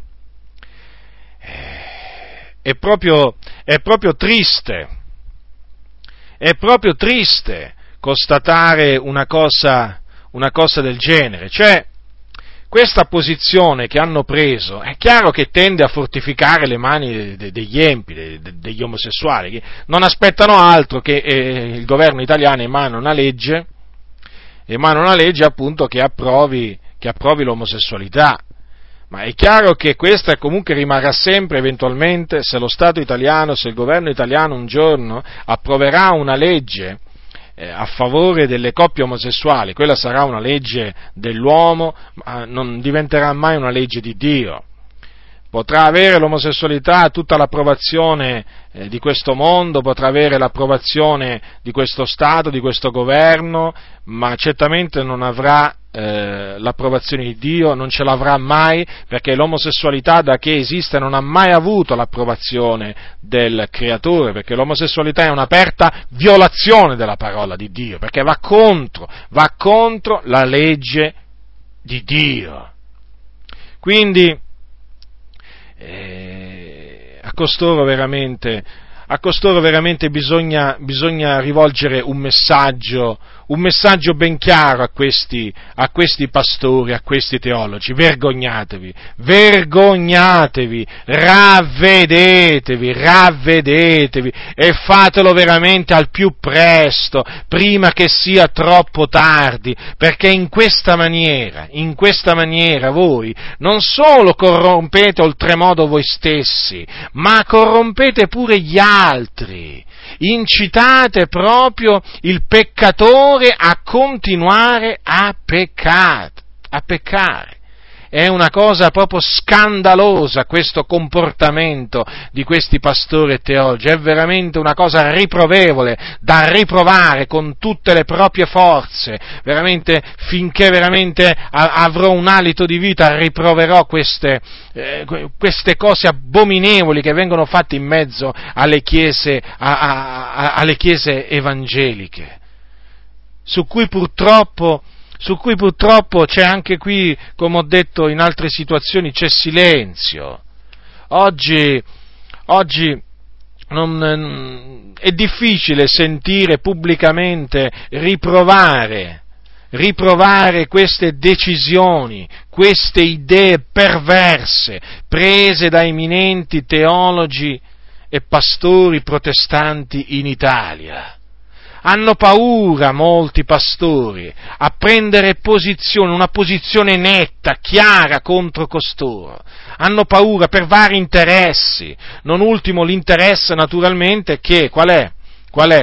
È proprio, è proprio triste, è proprio triste constatare una cosa, una cosa del genere. Cioè, questa posizione che hanno preso è chiaro che tende a fortificare le mani degli empi, degli omosessuali, che non aspettano altro che eh, il governo italiano emana una legge, emana una legge appunto che approvi, che approvi l'omosessualità. Ma è chiaro che questa comunque rimarrà sempre eventualmente, se lo Stato italiano, se il governo italiano un giorno approverà una legge eh, a favore delle coppie omosessuali, quella sarà una legge dell'uomo, ma non diventerà mai una legge di Dio. Potrà avere l'omosessualità tutta l'approvazione eh, di questo mondo, potrà avere l'approvazione di questo Stato, di questo governo, ma certamente non avrà eh, l'approvazione di Dio, non ce l'avrà mai, perché l'omosessualità da che esiste non ha mai avuto l'approvazione del Creatore, perché l'omosessualità è un'aperta violazione della parola di Dio, perché va contro, va contro la legge di Dio. Quindi, Eh, a costoro veramente, a costoro veramente bisogna, bisogna rivolgere un messaggio, un messaggio ben chiaro a questi, a questi pastori, a questi teologi. Vergognatevi, vergognatevi, ravvedetevi, ravvedetevi e fatelo veramente al più presto, prima che sia troppo tardi, perché in questa maniera, in questa maniera voi non solo corrompete oltremodo voi stessi, ma corrompete pure gli altri, incitate proprio il peccatore a continuare a peccare, a peccare. È una cosa proprio scandalosa questo comportamento di questi pastori e teologi, è veramente una cosa riprovevole, da riprovare con tutte le proprie forze, veramente finché veramente avrò un alito di vita riproverò queste, eh, queste cose abominevoli che vengono fatte in mezzo alle chiese, a, a, a, alle chiese evangeliche, su cui purtroppo su cui purtroppo c'è anche qui, come ho detto in altre situazioni, c'è silenzio. Oggi, oggi non, è difficile sentire pubblicamente riprovare, riprovare queste decisioni, queste idee perverse prese da eminenti teologi e pastori protestanti in Italia. Hanno paura molti pastori a prendere posizione, una posizione netta, chiara contro costoro. Hanno paura per vari interessi, non ultimo l'interesse naturalmente che, qual è? Qual è?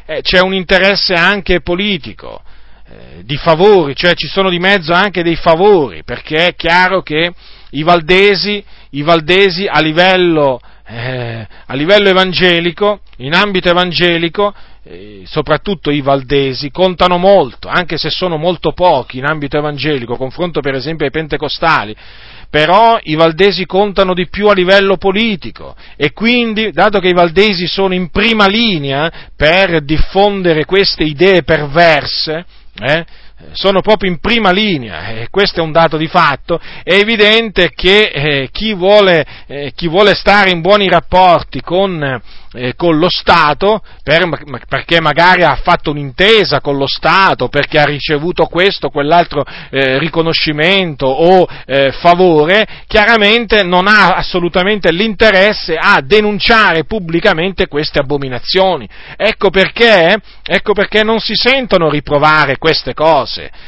eh, c'è un interesse anche politico, eh, di favori, cioè ci sono di mezzo anche dei favori, perché è chiaro che i valdesi, i valdesi a livello, eh, a livello evangelico, in ambito evangelico, eh, soprattutto i valdesi, contano molto, anche se sono molto pochi in ambito evangelico, confronto per esempio ai pentecostali, però i valdesi contano di più a livello politico e quindi, dato che i valdesi sono in prima linea per diffondere queste idee perverse, eh, sono proprio in prima linea, e eh, questo è un dato di fatto, è evidente che eh, chi, vuole, eh, chi vuole stare in buoni rapporti con, eh, con lo Stato, per, perché magari ha fatto un'intesa con lo Stato, perché ha ricevuto questo o quell'altro eh, riconoscimento o eh, favore, chiaramente non ha assolutamente l'interesse a denunciare pubblicamente queste abominazioni. Ecco perché, ecco perché non si sentono riprovare queste cose.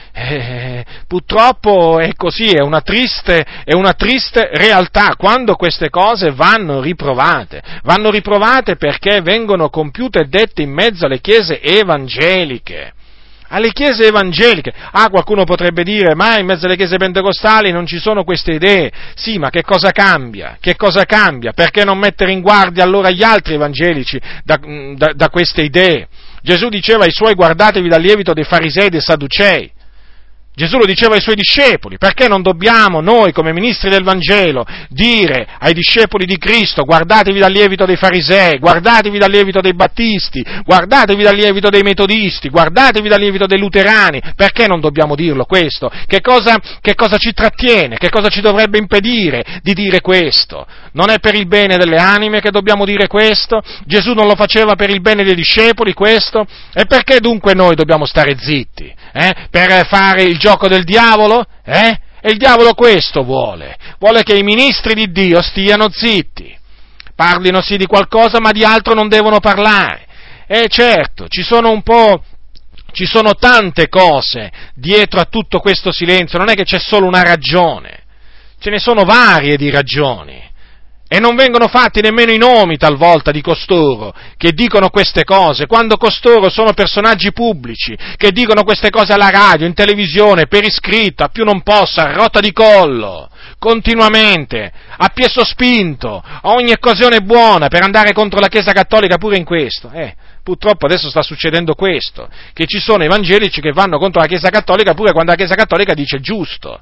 Eh, purtroppo è così, è una triste, è una triste realtà quando queste cose vanno riprovate, vanno riprovate perché vengono compiute e dette in mezzo alle chiese evangeliche. Alle chiese evangeliche. Ah, qualcuno potrebbe dire, ma in mezzo alle chiese pentecostali non ci sono queste idee. Sì, ma che cosa cambia? Che cosa cambia? Perché non mettere in guardia allora gli altri evangelici da, da, da queste idee? Gesù diceva ai suoi: guardatevi dal lievito dei farisei e dei sadducei. Gesù lo diceva ai suoi discepoli, perché non dobbiamo noi come ministri del Vangelo dire ai discepoli di Cristo: guardatevi dal lievito dei farisei, guardatevi dal lievito dei battisti, guardatevi dal lievito dei metodisti, guardatevi dal lievito dei luterani? Perché non dobbiamo dirlo questo? Che cosa, che cosa ci trattiene? Che cosa ci dovrebbe impedire di dire questo? Non è per il bene delle anime che dobbiamo dire questo? Gesù non lo faceva per il bene dei discepoli questo? E perché dunque noi dobbiamo stare zitti? Eh? Per fare il gioco del diavolo? Eh? E il diavolo questo vuole, vuole che i ministri di Dio stiano zitti, parlino sì di qualcosa ma di altro non devono parlare. E certo, ci sono un po', ci sono tante cose dietro a tutto questo silenzio, non è che c'è solo una ragione, ce ne sono varie di ragioni. E non vengono fatti nemmeno i nomi talvolta di costoro che dicono queste cose, quando costoro sono personaggi pubblici, che dicono queste cose alla radio, in televisione, per iscritto, a più non possa, a rotta di collo, continuamente, a piè sospinto, a ogni occasione buona per andare contro la Chiesa Cattolica pure in questo. Eh, purtroppo adesso sta succedendo questo, che ci sono evangelici che vanno contro la Chiesa Cattolica pure quando la Chiesa Cattolica dice giusto.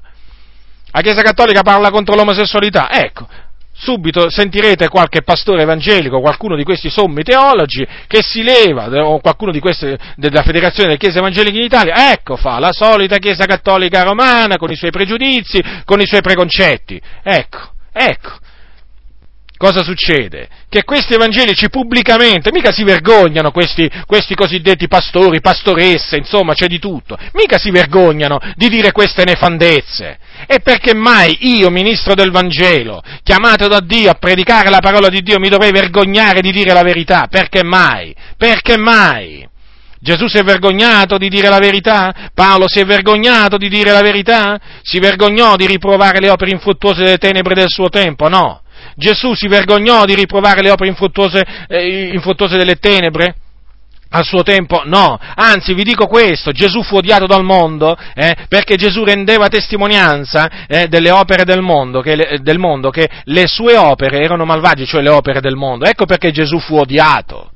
La Chiesa Cattolica parla contro l'omosessualità, ecco. Subito sentirete qualche pastore evangelico, qualcuno di questi sommi teologi, che si leva, o qualcuno di queste, della Federazione delle Chiese Evangeliche in Italia, ecco fa, la solita Chiesa Cattolica Romana, con i suoi pregiudizi, con i suoi preconcetti. Ecco, ecco. Cosa succede? Che questi evangelici pubblicamente, mica si vergognano questi, questi cosiddetti pastori, pastoresse, insomma c'è di tutto, mica si vergognano di dire queste nefandezze. E perché mai io, ministro del Vangelo, chiamato da Dio a predicare la parola di Dio, mi dovrei vergognare di dire la verità? Perché mai? Perché mai? Gesù si è vergognato di dire la verità? Paolo si è vergognato di dire la verità? Si vergognò di riprovare le opere infruttuose delle tenebre del suo tempo? No. Gesù si vergognò di riprovare le opere infruttuose, eh, infruttuose delle tenebre al suo tempo? No, anzi vi dico questo, Gesù fu odiato dal mondo eh, perché Gesù rendeva testimonianza eh, delle opere del mondo, che le, del mondo, che le sue opere erano malvagie, cioè le opere del mondo. Ecco perché Gesù fu odiato.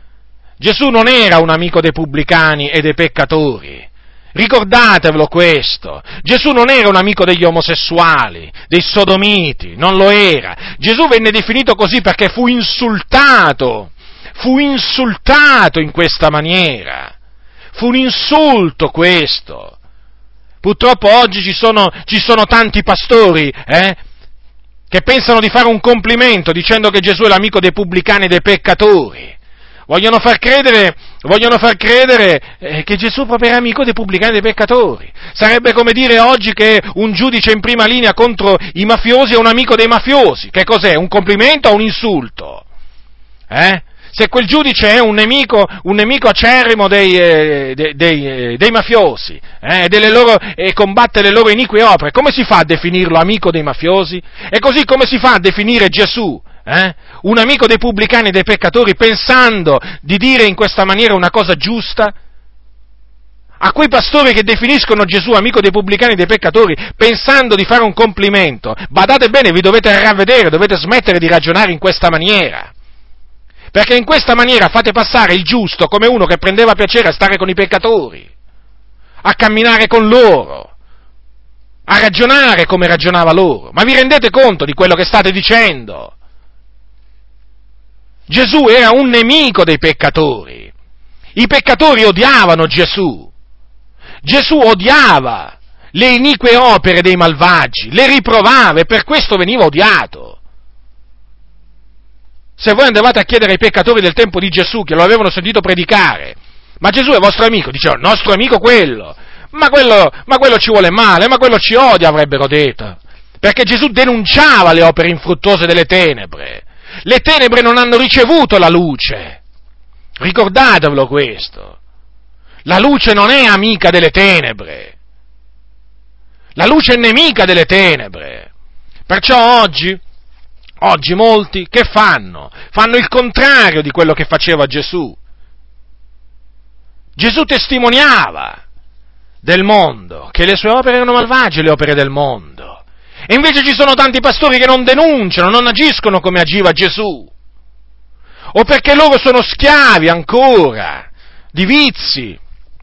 Gesù non era un amico dei pubblicani e dei peccatori. Ricordatevelo questo, Gesù non era un amico degli omosessuali, dei sodomiti, non lo era. Gesù venne definito così perché fu insultato, fu insultato in questa maniera, fu un insulto questo. Purtroppo oggi ci sono, ci sono tanti pastori, eh, che pensano di fare un complimento dicendo che Gesù è l'amico dei pubblicani e dei peccatori. Vogliono far credere, vogliono far credere eh, che Gesù proprio era amico dei pubblicani e dei peccatori. Sarebbe come dire oggi che un giudice in prima linea contro i mafiosi è un amico dei mafiosi. Che cos'è? Un complimento o un insulto? Eh? Se quel giudice è un nemico, un nemico acerrimo dei, eh, dei, dei, eh, dei mafiosi eh, delle loro, e combatte le loro inique opere, come si fa a definirlo amico dei mafiosi? E così come si fa a definire Gesù? Eh? Un amico dei pubblicani e dei peccatori, pensando di dire in questa maniera una cosa giusta? A quei pastori che definiscono Gesù amico dei pubblicani e dei peccatori, pensando di fare un complimento, badate bene, vi dovete ravvedere, dovete smettere di ragionare in questa maniera. Perché in questa maniera fate passare il giusto come uno che prendeva piacere a stare con i peccatori, a camminare con loro, a ragionare come ragionava loro. Ma vi rendete conto di quello che state dicendo? Gesù era un nemico dei peccatori. I peccatori odiavano Gesù. Gesù odiava le inique opere dei malvagi, le riprovava e per questo veniva odiato. Se voi andavate a chiedere ai peccatori del tempo di Gesù, che lo avevano sentito predicare, ma Gesù è vostro amico, dicevano, nostro amico quello, ma quello, ma quello ci vuole male, ma quello ci odia, avrebbero detto, perché Gesù denunciava le opere infruttuose delle tenebre. Le tenebre non hanno ricevuto la luce, ricordatevelo questo. La luce non è amica delle tenebre, la luce è nemica delle tenebre. Perciò oggi, oggi molti che fanno? Fanno il contrario di quello che faceva Gesù. Gesù testimoniava del mondo, che le sue opere erano malvagie, le opere del mondo. E invece ci sono tanti pastori che non denunciano, non agiscono come agiva Gesù. O perché loro sono schiavi ancora di vizi,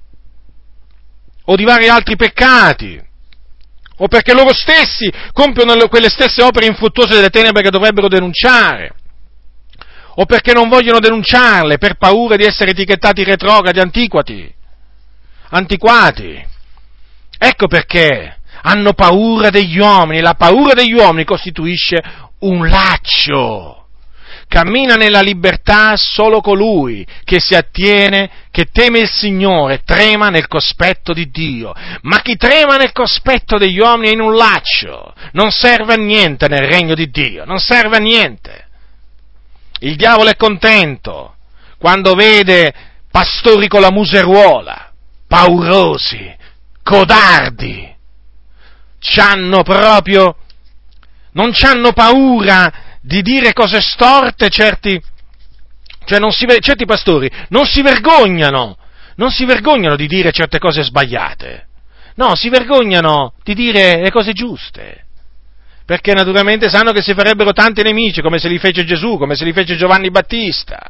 o di vari altri peccati, o perché loro stessi compiono quelle stesse opere infruttuose delle tenebre che dovrebbero denunciare, o perché non vogliono denunciarle per paura di essere etichettati retrogradi, antiquati, antiquati. Ecco perché hanno paura degli uomini, la paura degli uomini costituisce un laccio. Cammina nella libertà solo colui che si attiene, che teme il Signore, trema nel cospetto di Dio. Ma chi trema nel cospetto degli uomini è in un laccio, non serve a niente nel regno di Dio, non serve a niente. Il diavolo è contento quando vede pastori con la museruola, paurosi, codardi, c'hanno proprio, non c'hanno paura di dire cose storte, certi, cioè non si, certi pastori non si vergognano, non si vergognano di dire certe cose sbagliate, no, si vergognano di dire le cose giuste, perché naturalmente sanno che si farebbero tanti nemici, come se li fece Gesù, come se li fece Giovanni Battista,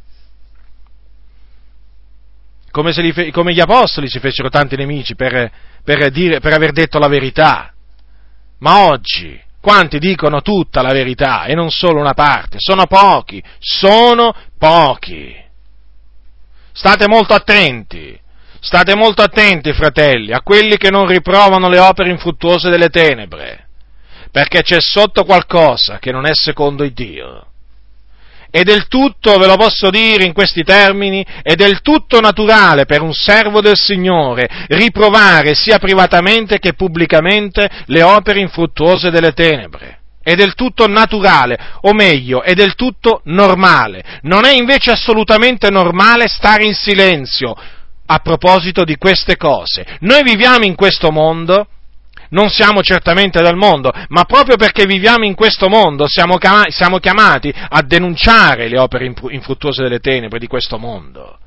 come, se li fe, come gli apostoli si fecero tanti nemici per, per, dire, per aver detto la verità. Ma oggi quanti dicono tutta la verità e non solo una parte? Sono pochi, sono pochi. State molto attenti, state molto attenti, fratelli, a quelli che non riprovano le opere infruttuose delle tenebre, perché c'è sotto qualcosa che non è secondo il Dio. E del tutto, ve lo posso dire in questi termini, è del tutto naturale per un servo del Signore riprovare sia privatamente che pubblicamente le opere infruttuose delle tenebre. È del tutto naturale, o meglio, è del tutto normale. Non è invece assolutamente normale stare in silenzio a proposito di queste cose. Noi viviamo in questo mondo, non siamo certamente del mondo, ma proprio perché viviamo in questo mondo siamo chiamati a denunciare le opere infruttuose delle tenebre di questo mondo.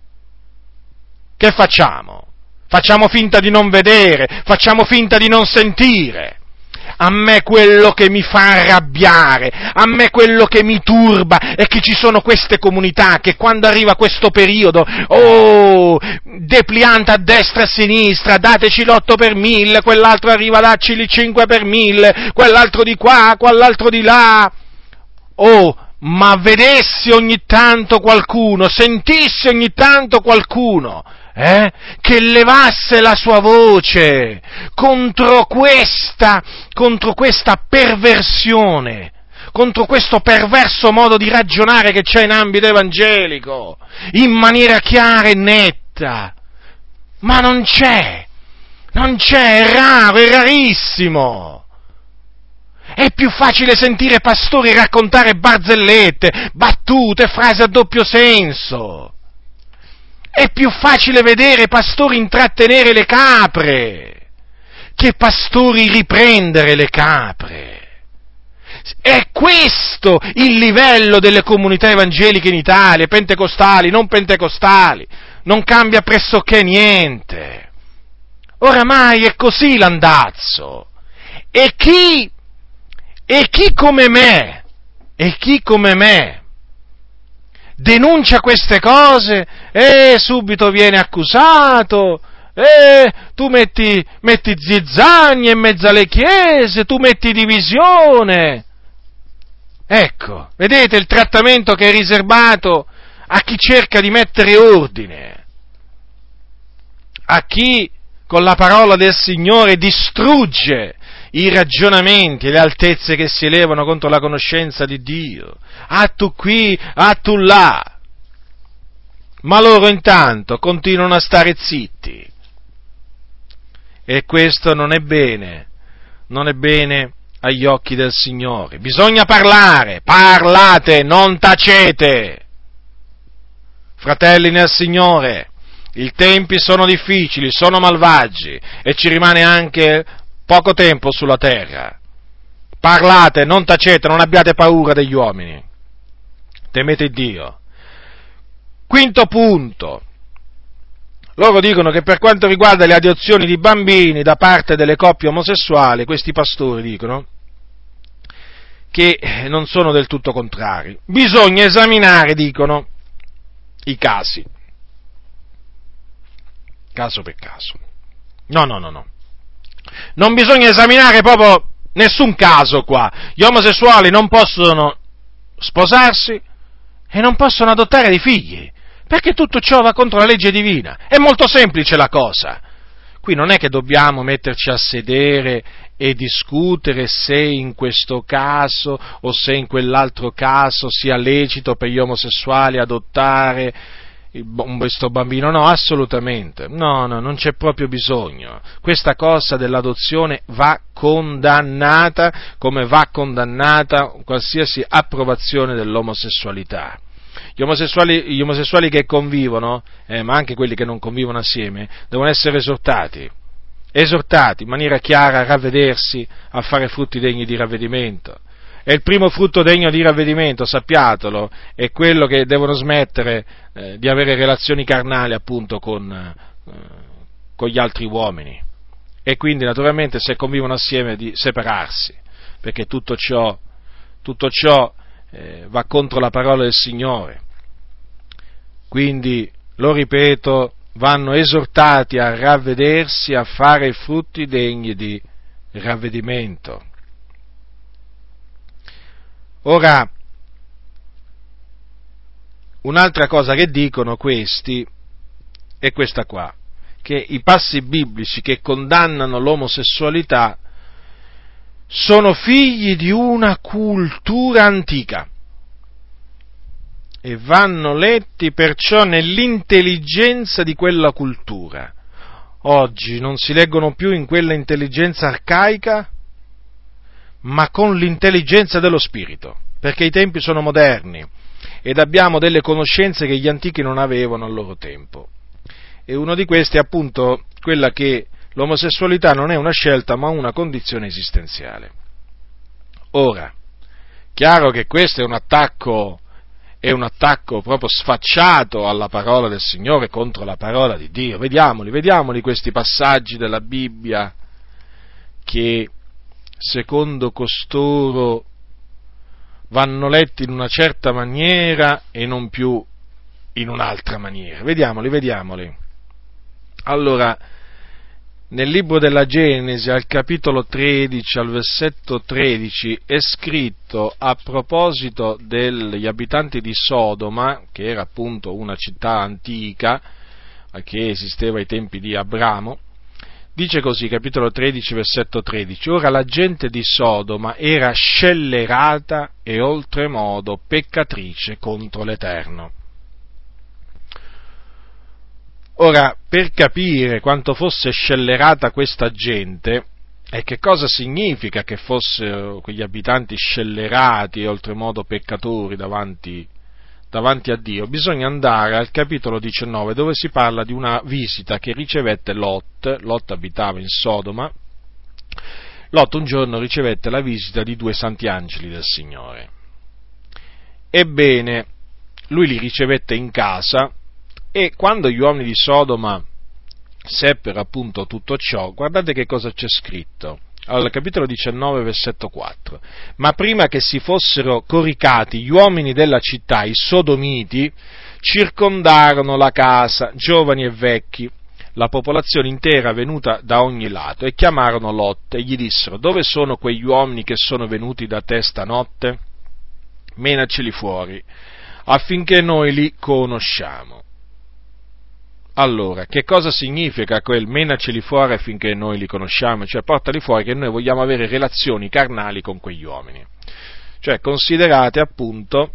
Che facciamo? Facciamo finta di non vedere, facciamo finta di non sentire. A me quello che mi fa arrabbiare, a me quello che mi turba è che ci sono queste comunità che quando arriva questo periodo, oh, depliante a destra e a sinistra, dateci l'otto per mille, quell'altro arriva, dacci il cinque per mille, quell'altro di qua, quell'altro di là. Oh, ma vedessi ogni tanto qualcuno, sentissi ogni tanto qualcuno, Eh? che levasse la sua voce contro questa, contro questa perversione, contro questo perverso modo di ragionare che c'è in ambito evangelico, in maniera chiara e netta. Ma non c'è, non c'è, è raro, è rarissimo. È più facile sentire pastori raccontare barzellette, battute, frasi a doppio senso. È più facile vedere pastori intrattenere le capre che pastori riprendere le capre. È questo il livello delle comunità evangeliche in Italia, pentecostali, non pentecostali, non cambia pressoché niente. Oramai è così l'andazzo. E chi, e chi come me, e chi come me denuncia queste cose, e subito viene accusato, e tu metti, metti zizzagne in mezzo alle chiese, tu metti divisione. Ecco, vedete il trattamento che è riservato a chi cerca di mettere ordine, a chi con la parola del Signore distrugge i ragionamenti e le altezze che si elevano contro la conoscenza di Dio. Ah tu qui, ah tu là. Ma loro intanto continuano a stare zitti. E questo non è bene, non è bene agli occhi del Signore. Bisogna parlare, parlate, non tacete. Fratelli nel Signore, i tempi sono difficili, sono malvagi e ci rimane anche poco tempo sulla terra. Parlate, non tacete, non abbiate paura degli uomini. Temete Dio. Quinto punto. Loro dicono che per quanto riguarda le adozioni di bambini da parte delle coppie omosessuali, questi pastori dicono che non sono del tutto contrari. Bisogna esaminare, dicono, i casi. Caso per caso. No, no, no, no. Non bisogna esaminare proprio nessun caso qua. Gli omosessuali non possono sposarsi e non possono adottare dei figli, perché tutto ciò va contro la legge divina. È molto semplice la cosa. Qui non è che dobbiamo metterci a sedere e discutere se in questo caso o se in quell'altro caso sia lecito per gli omosessuali adottare questo bambino. No, assolutamente. No, no, non c'è proprio bisogno. Questa cosa dell'adozione va condannata come va condannata qualsiasi approvazione dell'omosessualità. Gli omosessuali, gli omosessuali che convivono, eh, ma anche quelli che non convivono assieme, devono essere esortati, esortati in maniera chiara a ravvedersi, a fare frutti degni di ravvedimento. E il primo frutto degno di ravvedimento, sappiatelo, è quello che devono smettere eh, di avere relazioni carnali appunto con, eh, con gli altri uomini. E quindi naturalmente se convivono assieme di separarsi, perché tutto ciò, tutto ciò eh, va contro la parola del Signore. Quindi, lo ripeto, vanno esortati a ravvedersi, a fare frutti degni di ravvedimento. Ora, un'altra cosa che dicono questi è questa qua, che i passi biblici che condannano l'omosessualità sono figli di una cultura antica e vanno letti perciò nell'intelligenza di quella cultura. Oggi non si leggono più in quella intelligenza arcaica, ma con l'intelligenza dello Spirito, perché i tempi sono moderni ed abbiamo delle conoscenze che gli antichi non avevano al loro tempo. E uno di questi è appunto quella che l'omosessualità non è una scelta ma una condizione esistenziale. Ora, chiaro che questo è un attacco, è un attacco proprio sfacciato alla parola del Signore contro la parola di Dio. Vediamoli, vediamoli questi passaggi della Bibbia che secondo costoro vanno letti in una certa maniera e non più in un'altra maniera. Vediamoli, vediamoli. Allora, nel libro della Genesi, al capitolo tredici, al versetto tredici, è scritto a proposito degli abitanti di Sodoma, che era appunto una città antica, che esisteva ai tempi di Abramo. Dice così, capitolo tredici, versetto tredici, ora la gente di Sodoma era scellerata e oltremodo peccatrice contro l'Eterno. Ora, per capire quanto fosse scellerata questa gente e che cosa significa che fossero quegli abitanti scellerati e oltremodo peccatori davanti davanti a Dio, bisogna andare al capitolo diciannove dove si parla di una visita che ricevette Lot. Lot abitava in Sodoma Lot un giorno ricevette la visita di due santi angeli del Signore. Ebbene, lui li ricevette in casa e quando gli uomini di Sodoma seppero appunto tutto ciò, guardate che cosa c'è scritto. Al capitolo diciannove, versetto quattro. Ma prima che si fossero coricati gli uomini della città, i sodomiti, circondarono la casa, giovani e vecchi, la popolazione intera venuta da ogni lato, e chiamarono Lot e gli dissero: dove sono quegli uomini che sono venuti da te stanotte? Menaceli fuori, affinché noi li conosciamo. Allora, che cosa significa quel menaceli fuori affinché noi li conosciamo? Cioè, portali fuori che noi vogliamo avere relazioni carnali con quegli uomini. Cioè, considerate appunto,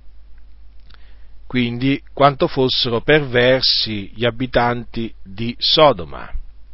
quindi, quanto fossero perversi gli abitanti di Sodoma.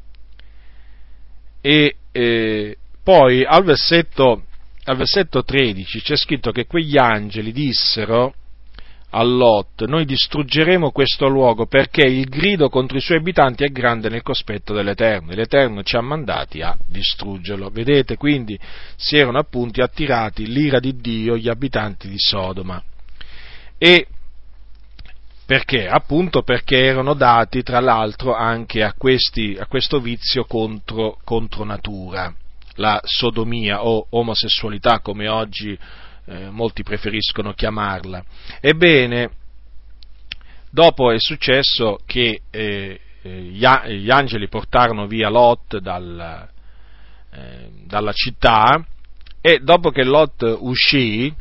E eh, poi al versetto, al versetto tredici c'è scritto che quegli angeli dissero a Lot: noi distruggeremo questo luogo perché il grido contro i suoi abitanti è grande nel cospetto dell'Eterno, e l'Eterno ci ha mandati a distruggerlo. Vedete, quindi si erano appunto attirati l'ira di Dio gli abitanti di Sodoma. E perché? Appunto perché erano dati tra l'altro anche a, questi, a questo vizio contro, contro natura, la sodomia o omosessualità, come oggi Eh, molti preferiscono chiamarla. Ebbene, dopo è successo che eh, gli, gli angeli portarono via Lot dal, eh, dalla città, e dopo che Lot uscì,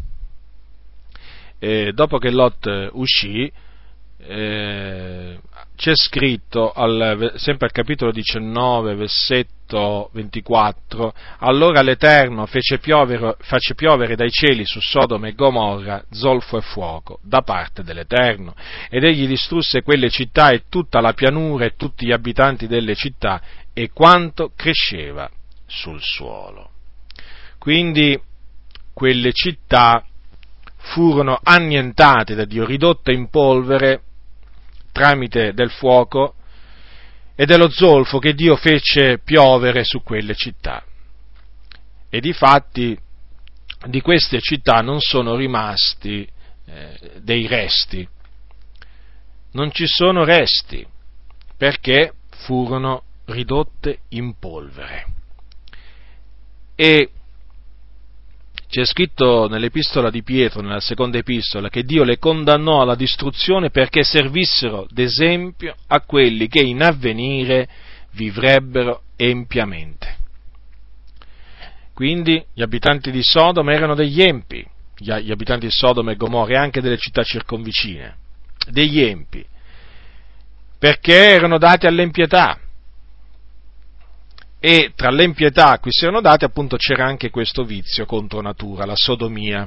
eh, dopo che Lot uscì, eh, c'è scritto, al, sempre al capitolo diciannove, versetto ventiquattro: allora l'Eterno fece piovere, fece piovere dai cieli su Sodoma e Gomorra zolfo e fuoco da parte dell'Eterno, ed egli distrusse quelle città e tutta la pianura e tutti gli abitanti delle città e quanto cresceva sul suolo. Quindi quelle città furono annientate da Dio, ridotte in polvere tramite del fuoco e dello zolfo che Dio fece piovere su quelle città. E difatti di queste città non sono rimasti eh, dei resti, non ci sono resti, perché furono ridotte in polvere. E c'è scritto nell'epistola di Pietro, nella seconda epistola, che Dio le condannò alla distruzione perché servissero d'esempio a quelli che in avvenire vivrebbero empiamente. Quindi gli abitanti di Sodoma erano degli empi, gli abitanti di Sodoma e Gomorra e anche delle città circonvicine, degli empi, perché erano dati all'empietà. E tra l'empietà a cui si erano dati, appunto, c'era anche questo vizio contro natura, la sodomia.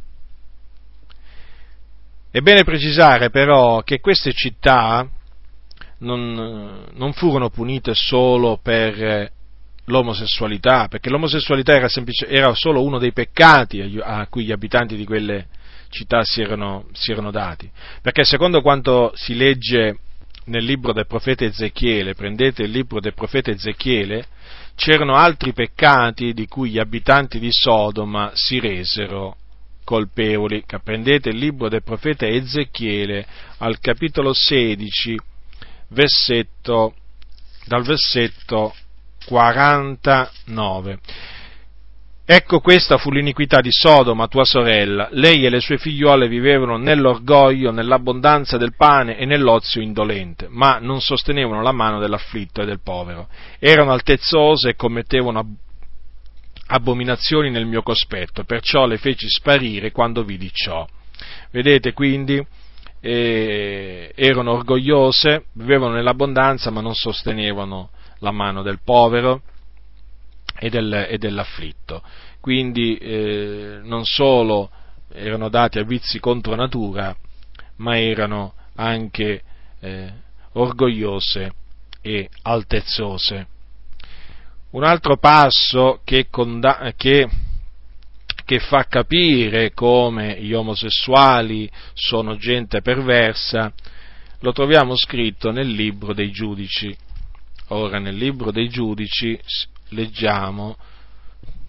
È bene precisare però che queste città non, non furono punite solo per l'omosessualità, perché l'omosessualità era, semplice, era solo uno dei peccati a cui gli abitanti di quelle città si erano, si erano dati, perché secondo quanto si legge nel libro del profeta Ezechiele, prendete il libro del profeta Ezechiele, c'erano altri peccati di cui gli abitanti di Sodoma si resero colpevoli. Prendete il libro del profeta Ezechiele al capitolo sedici, versetto, dal versetto quarantanove. Ecco, questa fu l'iniquità di Sodoma, tua sorella. Lei e le sue figliuole vivevano nell'orgoglio, nell'abbondanza del pane e nell'ozio indolente, ma non sostenevano la mano dell'afflitto e del povero. Erano altezzose e commettevano abominazioni nel mio cospetto, perciò le feci sparire quando vidi ciò. Vedete, quindi, eh, erano orgogliose, vivevano nell'abbondanza, ma non sostenevano la mano del povero e, del, e dell'afflitto. Quindi eh, non solo erano dati a vizi contro natura, ma erano anche eh, orgogliose e altezzose. Un altro passo che, conda- che, che fa capire come gli omosessuali sono gente perversa lo troviamo scritto nel libro dei Giudici. Ora, nel libro dei Giudici leggiamo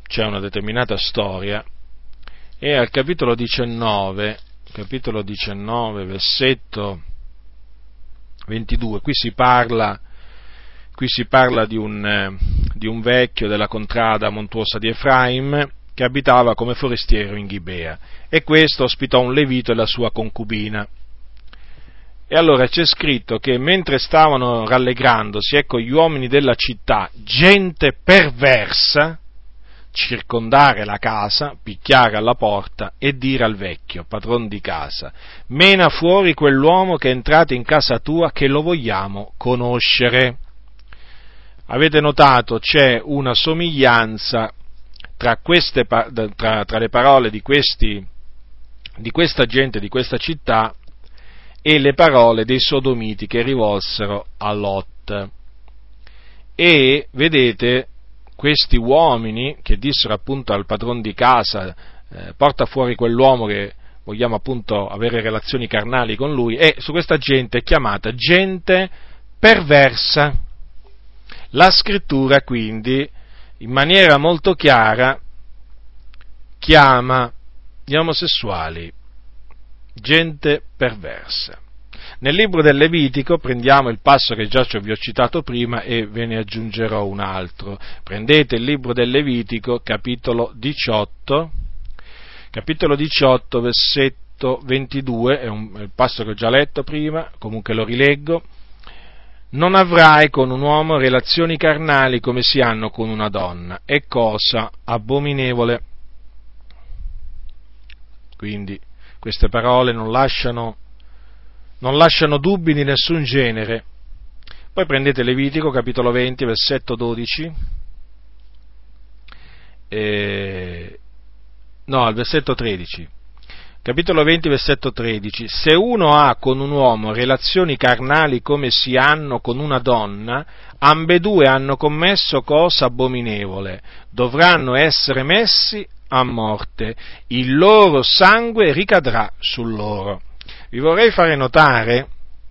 c'è una determinata storia, e al capitolo diciannove, capitolo diciannove, versetto ventidue, qui si parla, qui si parla di un, eh, di un vecchio della contrada montuosa di Efraim che abitava come forestiero in Gibea, e questo ospitò un levito e la sua concubina. E allora c'è scritto che mentre stavano rallegrandosi, ecco, gli uomini della città, gente perversa, circondare la casa, picchiare alla porta e dire al vecchio, padron di casa: mena fuori quell'uomo che è entrato in casa tua, che lo vogliamo conoscere. Avete notato, c'è una somiglianza tra, queste, tra, tra le parole di, questi, di questa gente, di questa città, e le parole dei sodomiti che rivolsero a Lot. E vedete, questi uomini che dissero appunto al padron di casa, eh, porta fuori quell'uomo che vogliamo appunto avere relazioni carnali con lui, e su questa gente è chiamata gente perversa. La scrittura quindi in maniera molto chiara chiama gli omosessuali gente perversa. Nel libro del Levitico prendiamo il passo che già vi ho citato prima e ve ne aggiungerò un altro. Prendete il libro del Levitico, capitolo diciotto, capitolo diciotto, versetto ventidue, è, un, è il passo che ho già letto prima, comunque lo rileggo. Non avrai con un uomo relazioni carnali come si hanno con una donna, è cosa abominevole. Quindi queste parole non lasciano, non lasciano dubbi di nessun genere. Poi prendete Levitico, capitolo venti, versetto dodici, eh, no, al versetto tredici. Capitolo venti, versetto tredici. Se uno ha con un uomo relazioni carnali come si hanno con una donna, ambedue hanno commesso cosa abominevole, dovranno essere messi a morte, il loro sangue ricadrà su loro. Vi vorrei fare notare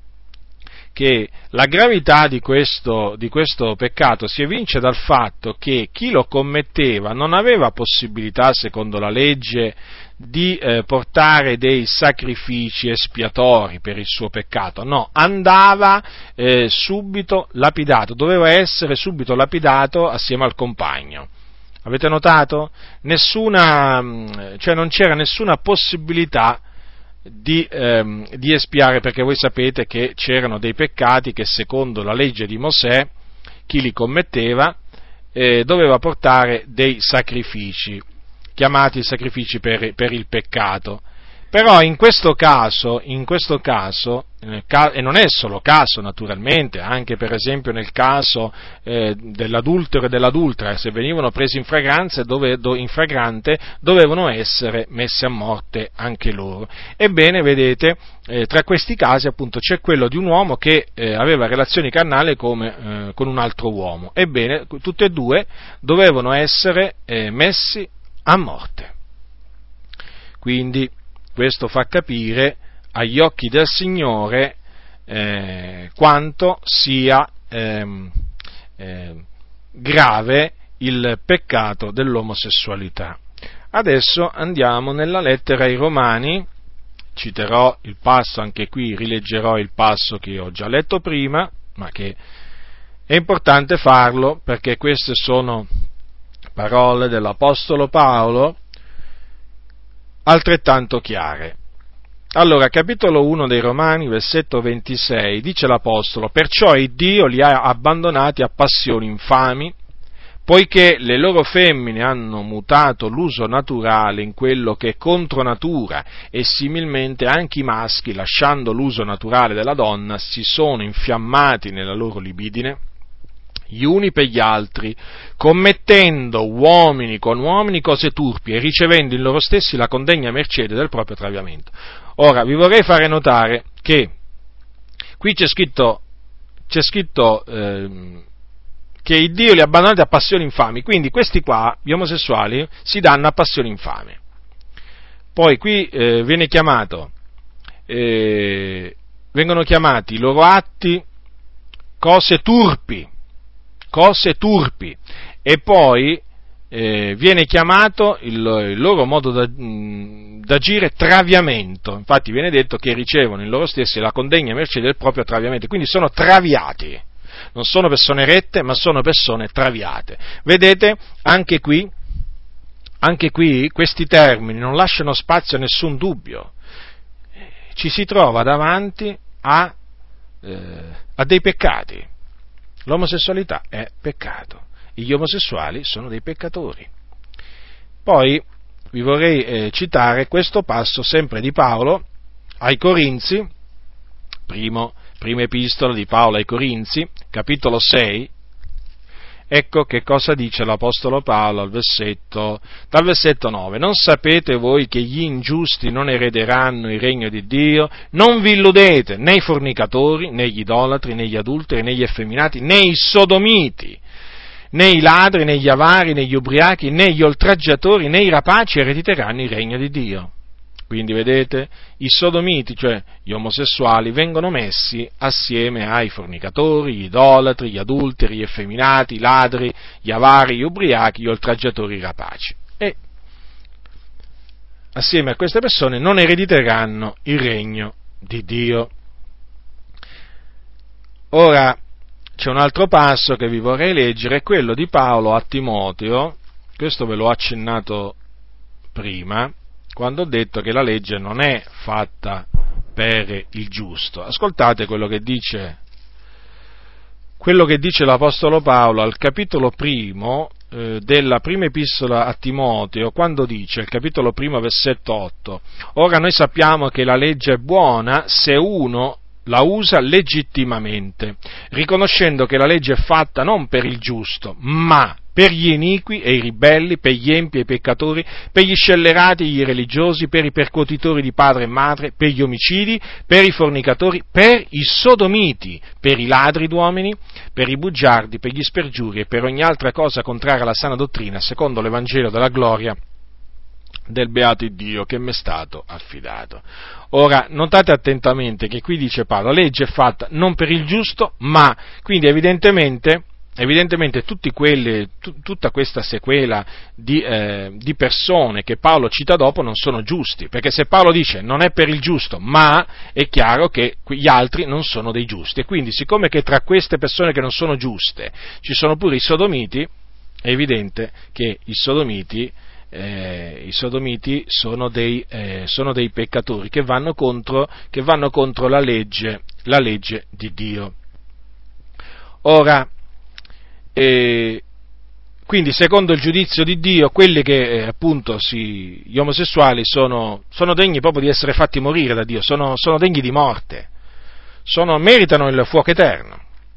che la gravità di questo, di questo peccato si evince dal fatto che chi lo commetteva non aveva possibilità, secondo la legge, di eh, portare dei sacrifici espiatori per il suo peccato, no, andava eh, subito lapidato, doveva essere subito lapidato assieme al compagno. Avete notato? Nessuna, cioè non c'era nessuna possibilità Di, ehm, di espiare, perché voi sapete che c'erano dei peccati che secondo la legge di Mosè chi li commetteva eh, doveva portare dei sacrifici, chiamati sacrifici per, per il peccato. Però in questo caso, in questo caso, nel ca- e non è solo caso naturalmente, anche per esempio nel caso eh, dell'adultero e dell'adultera, se venivano presi in fragranza, dove, do, in fragrante, dovevano essere messi a morte anche loro. Ebbene, vedete, eh, tra questi casi appunto c'è quello di un uomo che eh, aveva relazioni carnali come, eh, con un altro uomo. Ebbene, tutti e due dovevano essere eh, messi a morte. Quindi, questo fa capire agli occhi del Signore eh, quanto sia eh, eh, grave il peccato dell'omosessualità. Adesso andiamo nella lettera ai Romani, citerò il passo, anche qui rileggerò il passo che ho già letto prima, ma che è importante farlo perché queste sono parole dell'Apostolo Paolo, altrettanto chiare. Allora, capitolo uno dei Romani, versetto ventisei, dice l'Apostolo: perciò il Dio li ha abbandonati a passioni infami, poiché le loro femmine hanno mutato l'uso naturale in quello che è contro natura, e similmente anche i maschi, lasciando l'uso naturale della donna, si sono infiammati nella loro libidine, gli uni per gli altri, commettendo uomini con uomini cose turpi e ricevendo in loro stessi la condegna mercede del proprio traviamento. Ora, vi vorrei fare notare che qui c'è scritto, c'è scritto eh, che il Dio li ha abbandonati a passioni infami, quindi questi qua, gli omosessuali, si danno a passioni infami. Poi qui eh, viene chiamato, eh, vengono chiamati i loro atti cose turpi, cose turpi, e poi eh, viene chiamato il, il loro modo da, mh, d'agire traviamento. Infatti viene detto che ricevono in loro stessi la condegna merce del proprio traviamento, quindi sono traviati, non sono persone rette, ma sono persone traviate. Vedete, anche qui, anche qui questi termini non lasciano spazio a nessun dubbio, ci si trova davanti a, eh, a dei peccati. L'omosessualità è peccato. Gli omosessuali sono dei peccatori. Poi vi vorrei eh, citare questo passo sempre di Paolo ai Corinzi, primo, prima epistola di Paolo ai Corinzi, capitolo sei. Ecco che cosa dice l'Apostolo Paolo al versetto, dal versetto nove. Non sapete voi che gli ingiusti non erederanno il regno di Dio? Non vi illudete, né i fornicatori, né gli idolatri, né gli adulteri, né gli effeminati, né i sodomiti, né i ladri, né gli avari, né gli ubriachi, né gli oltraggiatori, né i rapaci erediteranno il regno di Dio. Quindi vedete, i sodomiti, cioè gli omosessuali, vengono messi assieme ai fornicatori, gli idolatri, gli adulteri, gli effeminati, i ladri, gli avari, gli ubriachi, gli oltraggiatori, i rapaci. E assieme a queste persone non erediteranno il regno di Dio. Ora, c'è un altro passo che vi vorrei leggere, è quello di Paolo a Timoteo, questo ve l'ho accennato prima, quando ho detto che la legge non è fatta per il giusto. Ascoltate quello che dice, quello che dice l'Apostolo Paolo al capitolo primo eh, della prima epistola a Timoteo, quando dice, il capitolo primo, versetto otto, ora noi sappiamo che la legge è buona se uno la usa legittimamente, riconoscendo che la legge è fatta non per il giusto, ma per gli iniqui e i ribelli, per gli empi e i peccatori, per gli scellerati e gli religiosi, per i percuotitori di padre e madre, per gli omicidi, per i fornicatori, per i sodomiti, per i ladri d'uomini, per i bugiardi, per gli spergiuri e per ogni altra cosa contraria alla sana dottrina, secondo l'Evangelo della gloria del beato Dio che mi è stato affidato. Ora, notate attentamente che qui dice Paolo, la legge è fatta non per il giusto, ma, quindi evidentemente, evidentemente tutti quelle, t- tutta questa sequela di, eh, di persone che Paolo cita dopo non sono giusti, perché se Paolo dice non è per il giusto, ma è chiaro che gli altri non sono dei giusti, e quindi siccome che tra queste persone che non sono giuste ci sono pure i sodomiti, è evidente che i sodomiti Eh, i sodomiti sono dei, eh, sono dei peccatori che vanno contro, che vanno contro la legge, la legge di Dio. Ora, eh, quindi secondo il giudizio di Dio, quelli che eh, appunto si, gli omosessuali sono, sono degni proprio di essere fatti morire da Dio, sono, sono degni di morte, sono, meritano il fuoco eterno.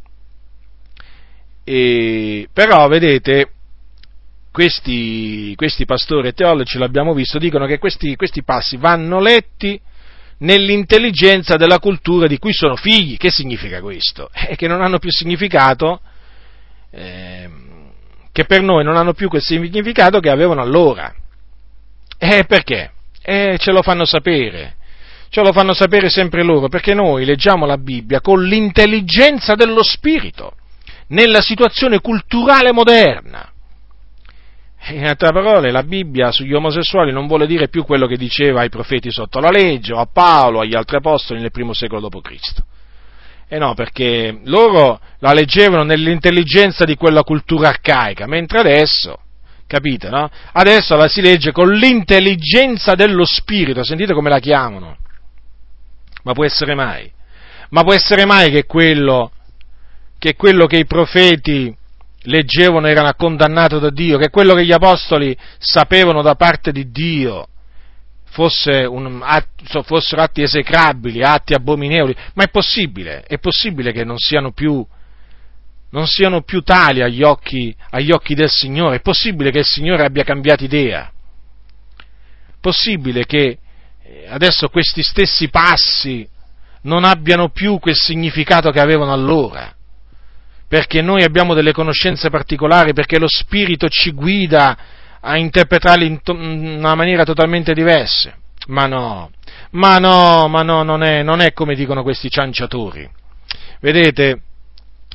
E, però, vedete, Questi, questi pastori e teologi, l'abbiamo visto, dicono che questi, questi passi vanno letti nell'intelligenza della cultura di cui sono figli. Che significa questo? È che non hanno più significato, eh, che per noi non hanno più quel significato che avevano allora. E perché? Eh, ce lo fanno sapere, ce lo fanno sapere sempre loro, perché noi leggiamo la Bibbia con l'intelligenza dello Spirito, nella situazione culturale moderna. In altre parole, la Bibbia sugli omosessuali non vuole dire più quello che diceva ai profeti sotto la legge, o a Paolo, agli altri apostoli nel primo secolo dopo Cristo. E no, perché loro la leggevano nell'intelligenza di quella cultura arcaica, mentre adesso, capite, no? Adesso la si legge con l'intelligenza dello Spirito, sentite come la chiamano. Ma può essere mai? Ma può essere mai che quello che, quello che i profeti leggevano era condannato da Dio, che quello che gli apostoli sapevano da parte di Dio fosse un, fossero atti esecrabili, atti abominevoli? Ma è possibile, è possibile che non siano più, non siano più tali agli occhi, agli occhi del Signore? È possibile che il Signore abbia cambiato idea? È possibile che adesso questi stessi passi non abbiano più quel significato che avevano allora? Perché noi abbiamo delle conoscenze particolari, perché lo Spirito ci guida a interpretarli in, to- in una maniera totalmente diversa. Ma no, ma no, ma no, non è, non è come dicono questi cianciatori. Vedete,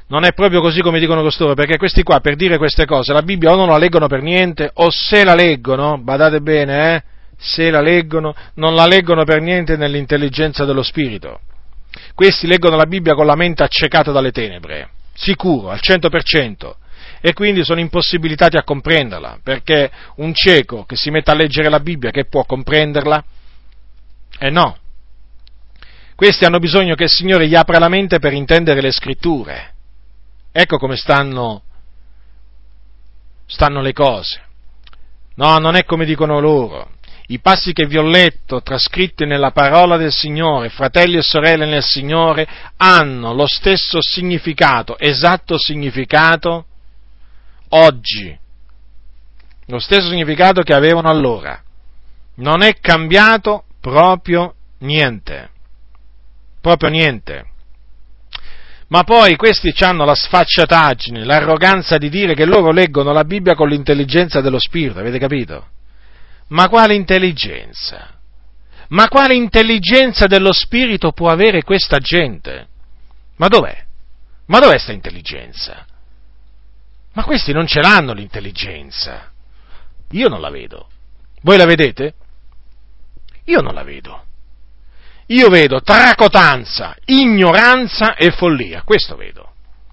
non è proprio così come dicono costoro, perché questi qua, per dire queste cose, la Bibbia o non la leggono per niente, o se la leggono, badate bene, eh, se la leggono, non la leggono per niente nell'intelligenza dello Spirito. Questi leggono la Bibbia con la mente accecata dalle tenebre, sicuro, al cento per cento, e quindi sono impossibilitati a comprenderla, perché un cieco che si mette a leggere la Bibbia, che può comprenderla? Eh no. Questi hanno bisogno che il Signore gli apra la mente per intendere le Scritture. Ecco come stanno, stanno le cose. No, non è come dicono loro. I passi che vi ho letto, trascritti nella parola del Signore, fratelli e sorelle nel Signore, hanno lo stesso significato, esatto significato, oggi. Lo stesso significato che avevano allora. Non è cambiato proprio niente. Proprio niente. Ma poi questi hanno la sfacciataggine, l'arroganza di dire che loro leggono la Bibbia con l'intelligenza dello Spirito, avete capito? Ma quale intelligenza? Ma quale intelligenza dello Spirito può avere questa gente? Ma dov'è? Ma dov'è sta intelligenza? Ma questi non ce l'hanno l'intelligenza. Io non la vedo. Voi la vedete? Io non la vedo. Io vedo tracotanza, ignoranza e follia, questo vedo.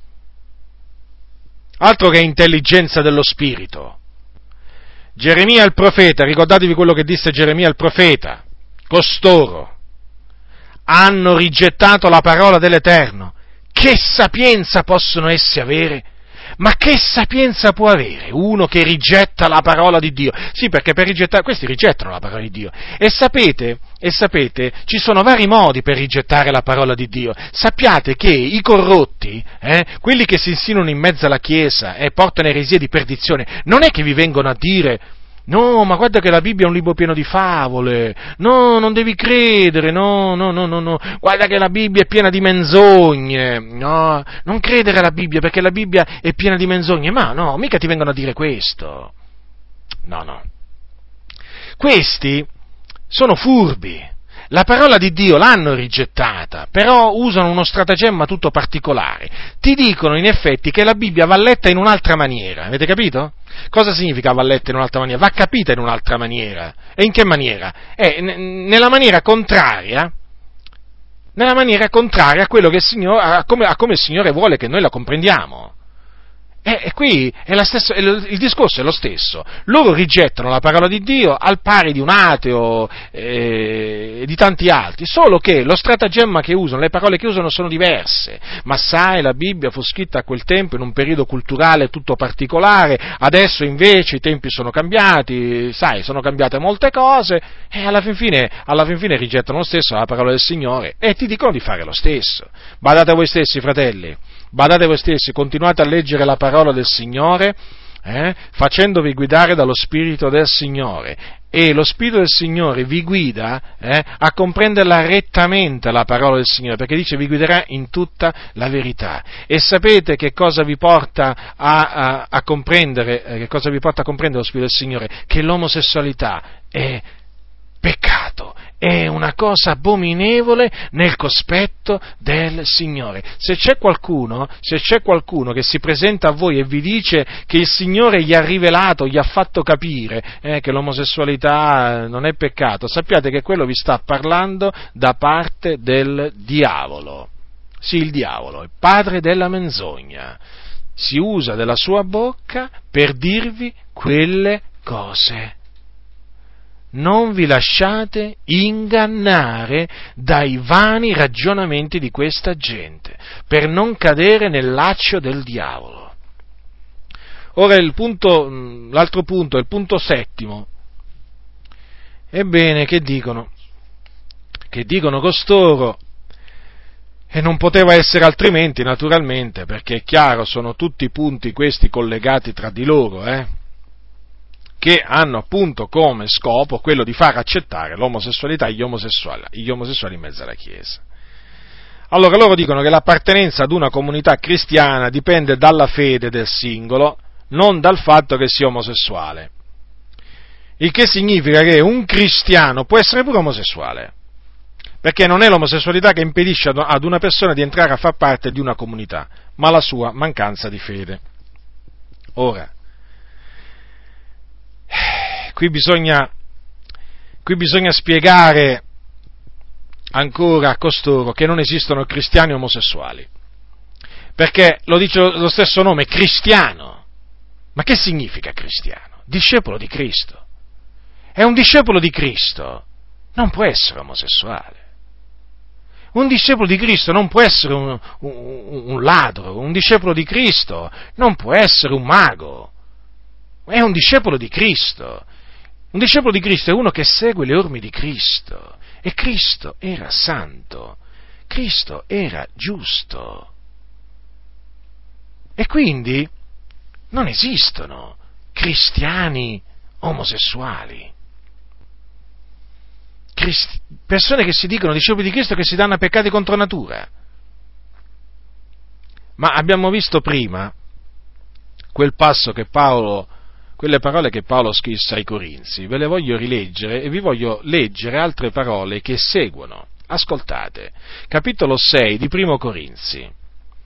Altro che intelligenza dello Spirito. Geremia il profeta, ricordatevi quello che disse Geremia il profeta, costoro hanno rigettato la parola dell'Eterno. Che sapienza possono essi avere? Ma che sapienza può avere uno che rigetta la parola di Dio? Sì, perché per rigettare, questi rigettano la parola di Dio. E sapete, e sapete, ci sono vari modi per rigettare la parola di Dio. Sappiate che i corrotti, eh, quelli che si insinuano in mezzo alla Chiesa e portano eresie di perdizione, non è che vi vengono a dire: no, ma guarda che la Bibbia è un libro pieno di favole, no, non devi credere, no, no, no, no, no, guarda che la Bibbia è piena di menzogne, no, non credere alla Bibbia perché la Bibbia è piena di menzogne, ma no, mica ti vengono a dire questo, no, no, questi sono furbi. La parola di Dio l'hanno rigettata, però usano uno stratagemma tutto particolare. Ti dicono in effetti che la Bibbia va letta in un'altra maniera, avete capito? Cosa significa va letta in un'altra maniera? Va capita in un'altra maniera. E in che maniera? Eh, n- nella maniera contraria, nella maniera contraria a quello che il Signore, a come, a come il Signore vuole che noi la comprendiamo. E, e qui è la stessa, è lo, il discorso è lo stesso. Loro rigettano la parola di Dio al pari di un ateo e eh, di tanti altri, solo che lo stratagemma che usano, le parole che usano sono diverse. Ma sai, la Bibbia fu scritta a quel tempo in un periodo culturale tutto particolare, adesso invece i tempi sono cambiati, sai, sono cambiate molte cose, e alla fin fine, alla fin fine rigettano lo stesso la parola del Signore e ti dicono di fare lo stesso. Badate a voi stessi, fratelli. Badate voi stessi, continuate a leggere la parola del Signore, eh, facendovi guidare dallo Spirito del Signore, e lo Spirito del Signore vi guida eh, a comprenderla rettamente la parola del Signore, perché dice vi guiderà in tutta la verità. E sapete che cosa vi porta a, a, a comprendere, eh, che cosa vi porta a comprendere lo Spirito del Signore? Che l'omosessualità è peccato, è una cosa abominevole nel cospetto del Signore. Se c'è qualcuno, se c'è qualcuno che si presenta a voi e vi dice che il Signore gli ha rivelato, gli ha fatto capire eh, che l'omosessualità non è peccato, sappiate che quello vi sta parlando da parte del diavolo. Sì, il diavolo, il padre della menzogna, si usa della sua bocca per dirvi quelle cose. Non vi lasciate ingannare dai vani ragionamenti di questa gente, per non cadere nel laccio del diavolo. Ora il punto, l'altro punto, il punto settimo. Ebbene, che dicono? Che dicono costoro? E non poteva essere altrimenti, naturalmente, perché è chiaro, sono tutti punti questi collegati tra di loro, eh? Che hanno appunto come scopo quello di far accettare l'omosessualità e gli omosessuali, gli omosessuali in mezzo alla Chiesa. Allora loro dicono che l'appartenenza ad una comunità cristiana dipende dalla fede del singolo, non dal fatto che sia omosessuale. Il che significa che un cristiano può essere pure omosessuale, perché non è l'omosessualità che impedisce ad una persona di entrare a far parte di una comunità, ma la sua mancanza di fede. Ora, qui bisogna, qui bisogna spiegare ancora a costoro che non esistono cristiani omosessuali, perché lo dice lo stesso nome, cristiano. Ma che significa cristiano? Discepolo di Cristo. E un discepolo di Cristo non può essere omosessuale. Un discepolo di Cristo non può essere un, un, un ladro, un discepolo di Cristo non può essere un mago. È un discepolo di Cristo. Un discepolo di Cristo è uno che segue le orme di Cristo. E Cristo era santo. Cristo era giusto. E quindi non esistono cristiani omosessuali. Cristi- persone che si dicono discepoli di Cristo che si danno a peccati contro natura. Ma abbiamo visto prima quel passo che Paolo, quelle parole che Paolo scrisse ai Corinzi, ve le voglio rileggere e vi voglio leggere altre parole che seguono. Ascoltate, capitolo sei di Primo Corinzi.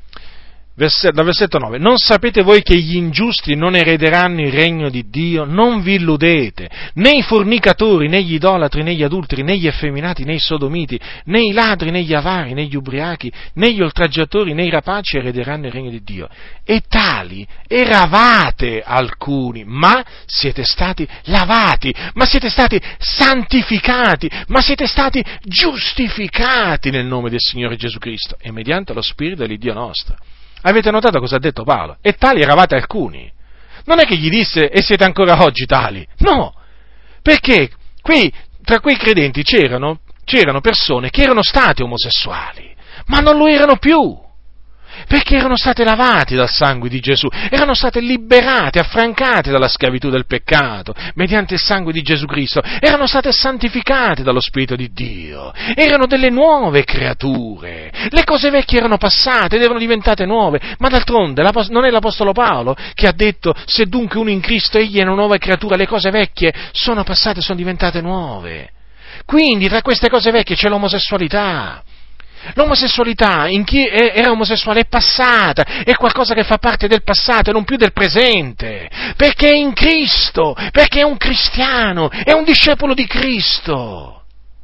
Dal versetto nove, non sapete voi che gli ingiusti non erederanno il regno di Dio? Non vi illudete, né i fornicatori, né gli idolatri, né gli adulteri, né gli effeminati, né i sodomiti, né i ladri, né gli avari, né gli ubriachi, né gli oltraggiatori, né i rapaci erederanno il regno di Dio. E tali eravate alcuni, ma siete stati lavati, ma siete stati santificati, ma siete stati giustificati nel nome del Signore Gesù Cristo e mediante lo Spirito dell'Iddio nostro. Avete notato cosa ha detto Paolo? E tali eravate alcuni. Non è che gli disse e siete ancora oggi tali. No, perché qui tra quei credenti c'erano, c'erano persone che erano state omosessuali, ma non lo erano più. Perché erano state lavate dal sangue di Gesù, erano state liberate, affrancate dalla schiavitù del peccato, mediante il sangue di Gesù Cristo, erano state santificate dallo Spirito di Dio, erano delle nuove creature, le cose vecchie erano passate ed erano diventate nuove, ma d'altronde non è l'Apostolo Paolo che ha detto, se dunque uno in Cristo egli è una nuova creatura, le cose vecchie sono passate e sono diventate nuove. Quindi tra queste cose vecchie c'è l'omosessualità. L'omosessualità in chi era omosessuale è passata, è qualcosa che fa parte del passato e non più del presente, perché è in Cristo, perché è un cristiano, è un discepolo di Cristo.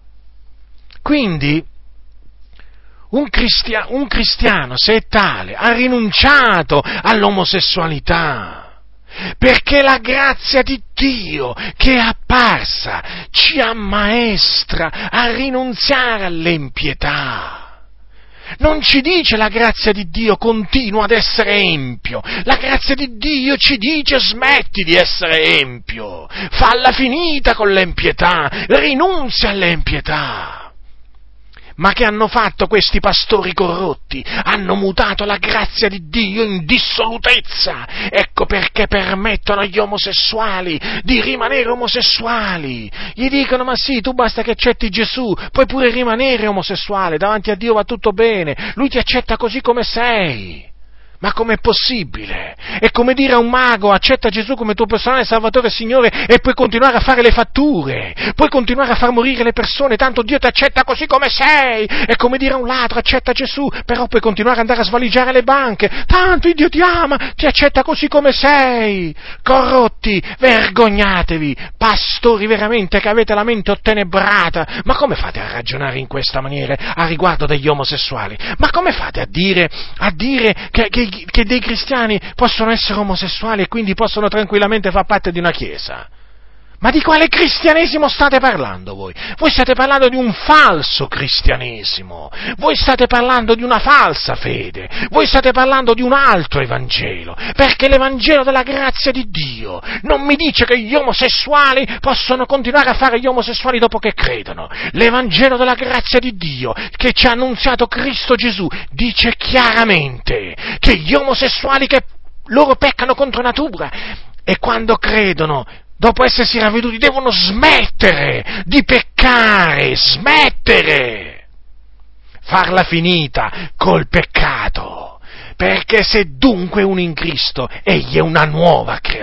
Quindi un, cristia- un cristiano, se è tale, ha rinunciato all'omosessualità. Perché la grazia di Dio che è apparsa ci ammaestra a rinunziare all'empietà. Non ci dice la grazia di Dio continua ad essere empio, la grazia di Dio ci dice smetti di essere empio, falla finita con l'empietà, rinunzia all'empietà. Ma che hanno fatto questi pastori corrotti? Hanno mutato la grazia di Dio in dissolutezza. Ecco perché permettono agli omosessuali di rimanere omosessuali. Gli dicono, ma sì, tu basta che accetti Gesù, puoi pure rimanere omosessuale, davanti a Dio va tutto bene, Lui ti accetta così come sei. Ma com'è possibile? È come dire a un mago, accetta Gesù come tuo personale Salvatore e Signore e puoi continuare a fare le fatture, puoi continuare a far morire le persone, tanto Dio ti accetta così come sei. È come dire a un ladro, accetta Gesù, però puoi continuare ad andare a svaligiare le banche, tanto Dio ti ama, ti accetta così come sei. Corrotti, vergognatevi, pastori veramente che avete la mente ottenebrata. Ma come fate a ragionare in questa maniera a riguardo degli omosessuali? Ma come fate a dire, a dire che, che che dei cristiani possono essere omosessuali e quindi possono tranquillamente far parte di una chiesa? Ma di quale cristianesimo state parlando voi? Voi state parlando di un falso cristianesimo, voi state parlando di una falsa fede, voi state parlando di un altro Evangelo, perché l'Evangelo della grazia di Dio non mi dice che gli omosessuali possono continuare a fare gli omosessuali dopo che credono. L'Evangelo della grazia di Dio, che ci ha annunziato Cristo Gesù, dice chiaramente che gli omosessuali che loro peccano contro natura e quando credono, dopo essersi ravveduti, devono smettere di peccare, smettere, farla finita col peccato, perché se dunque uno in Cristo, egli è una nuova creatura,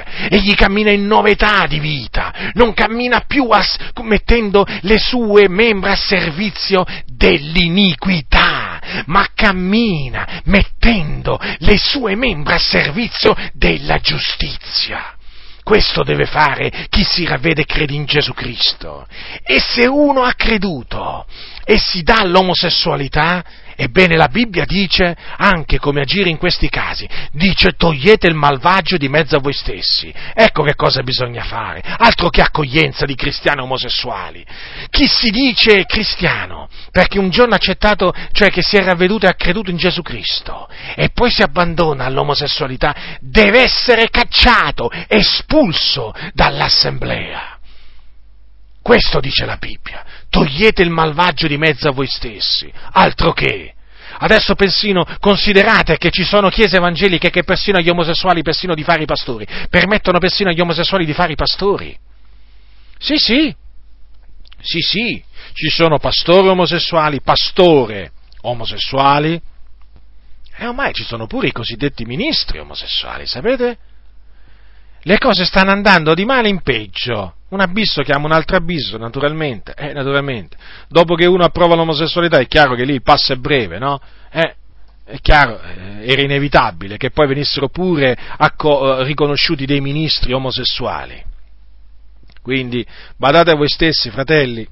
egli cammina in novità di vita, non cammina più a, mettendo le sue membra a servizio dell'iniquità, ma cammina mettendo le sue membra a servizio della giustizia. Questo deve fare chi si ravvede e crede in Gesù Cristo. E se uno ha creduto e si dà all'omosessualità, ebbene la Bibbia dice anche come agire in questi casi. Dice: togliete il malvagio di mezzo a voi stessi. Ecco che cosa bisogna fare, altro che accoglienza di cristiani omosessuali. Chi si dice cristiano perché un giorno ha accettato, cioè che si è ravveduto e ha creduto in Gesù Cristo, e poi si abbandona all'omosessualità, deve essere cacciato, espulso dall'assemblea. Questo dice la Bibbia: togliete il malvagio di mezzo a voi stessi, altro che. Adesso persino considerate che ci sono chiese evangeliche che persino agli omosessuali, persino di fare i pastori, permettono persino agli omosessuali di fare i pastori. Sì, sì, sì, sì, ci sono pastori omosessuali, pastore omosessuali, e ormai ci sono pure i cosiddetti ministri omosessuali, sapete? Le cose stanno andando di male in peggio. Un abisso chiama un altro abisso, naturalmente. Eh, naturalmente. Dopo che uno approva l'omosessualità è chiaro che lì il passo è breve, no? Eh, è chiaro, eh, era inevitabile che poi venissero pure acco- riconosciuti dei ministri omosessuali. Quindi badate a voi stessi, fratelli,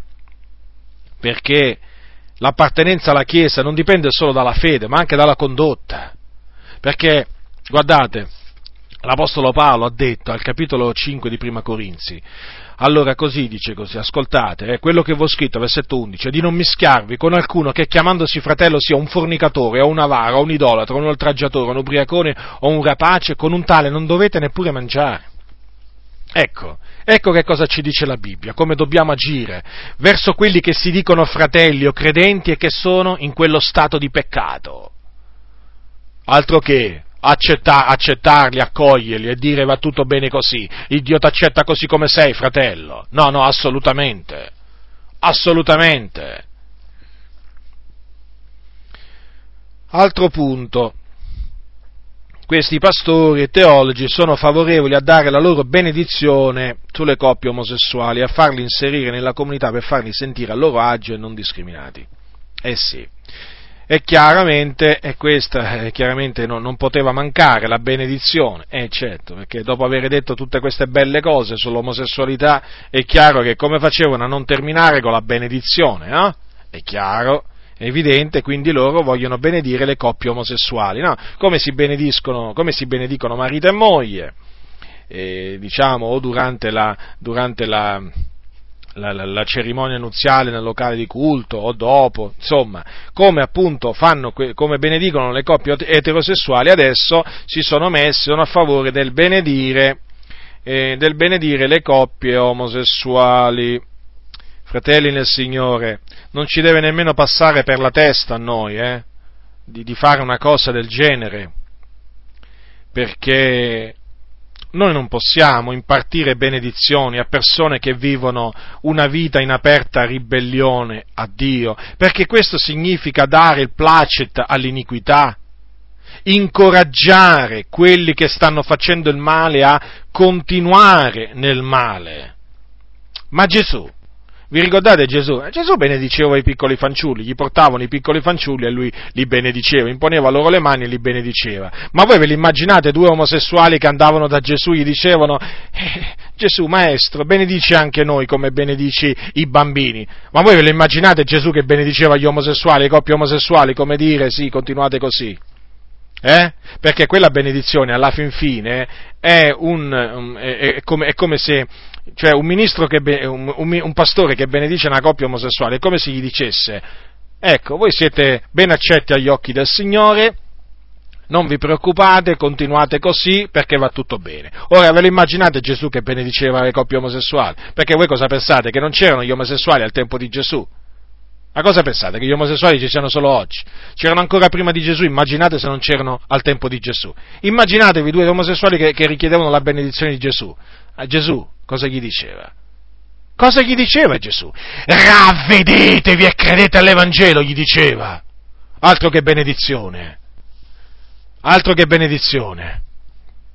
perché l'appartenenza alla Chiesa non dipende solo dalla fede, ma anche dalla condotta. Perché, guardate, l'Apostolo Paolo ha detto al capitolo cinque di Prima Corinzi: allora così, dice così, ascoltate, eh, quello che vi ho scritto, versetto undici, di non mischiarvi con alcuno che chiamandosi fratello sia un fornicatore, o un avaro, o un idolatra, o un oltraggiatore, un ubriacone, o un rapace, con un tale non dovete neppure mangiare. Ecco, ecco che cosa ci dice la Bibbia, come dobbiamo agire verso quelli che si dicono fratelli o credenti e che sono in quello stato di peccato. Altro che accetta, accettarli, accoglierli e dire va tutto bene così, il Dio ti accetta così come sei, fratello. No, no, assolutamente, assolutamente. Altro punto. Questi pastori e teologi sono favorevoli a dare la loro benedizione sulle coppie omosessuali, a farli inserire nella comunità per farli sentire a loro agio e non discriminati. Eh sì, e chiaramente, e questa eh, chiaramente no, non poteva mancare la benedizione, eh certo, perché dopo aver detto tutte queste belle cose sull'omosessualità, è chiaro che come facevano a non terminare con la benedizione, no? È chiaro. È evidente, quindi loro vogliono benedire le coppie omosessuali, no? Come si benediscono, come si benedicono marito e moglie, eh, diciamo, o durante la, durante la, la, la, la cerimonia nuziale nel locale di culto, o dopo, insomma, come appunto fanno, come benedicono le coppie eterosessuali, adesso si sono messi, sono a favore del benedire, eh, del benedire le coppie omosessuali. Fratelli nel Signore, non ci deve nemmeno passare per la testa a noi, eh, di, di fare una cosa del genere, perché noi non possiamo impartire benedizioni a persone che vivono una vita in aperta ribellione a Dio, perché questo significa dare il placet all'iniquità, incoraggiare quelli che stanno facendo il male a continuare nel male. Ma Gesù, vi ricordate Gesù? Gesù benediceva i piccoli fanciulli, gli portavano i piccoli fanciulli e lui li benediceva, imponeva loro le mani e li benediceva. Ma voi ve li immaginate due omosessuali che andavano da Gesù e gli dicevano eh, Gesù, maestro, benedici anche noi come benedici i bambini. Ma voi ve lo immaginate Gesù che benediceva gli omosessuali, le coppie omosessuali, come dire sì, continuate così? Eh? Perché quella benedizione alla fin fine è, un, è, è, come, è come se, cioè un ministro che un, un, un pastore che benedice una coppia omosessuale è come se gli dicesse: ecco, voi siete ben accetti agli occhi del Signore, non vi preoccupate, continuate così perché va tutto bene. Ora ve lo immaginate Gesù che benediceva le coppie omosessuali? Perché voi cosa pensate? Che non c'erano gli omosessuali al tempo di Gesù? Ma cosa pensate? Che gli omosessuali ci siano solo oggi? C'erano ancora prima di Gesù, immaginate se non c'erano al tempo di Gesù. Immaginatevi due omosessuali che, che richiedevano la benedizione di Gesù. A Gesù cosa gli diceva? Cosa gli diceva Gesù? Ravvedetevi e credete all'Evangelo, gli diceva. Altro che benedizione. Altro che benedizione.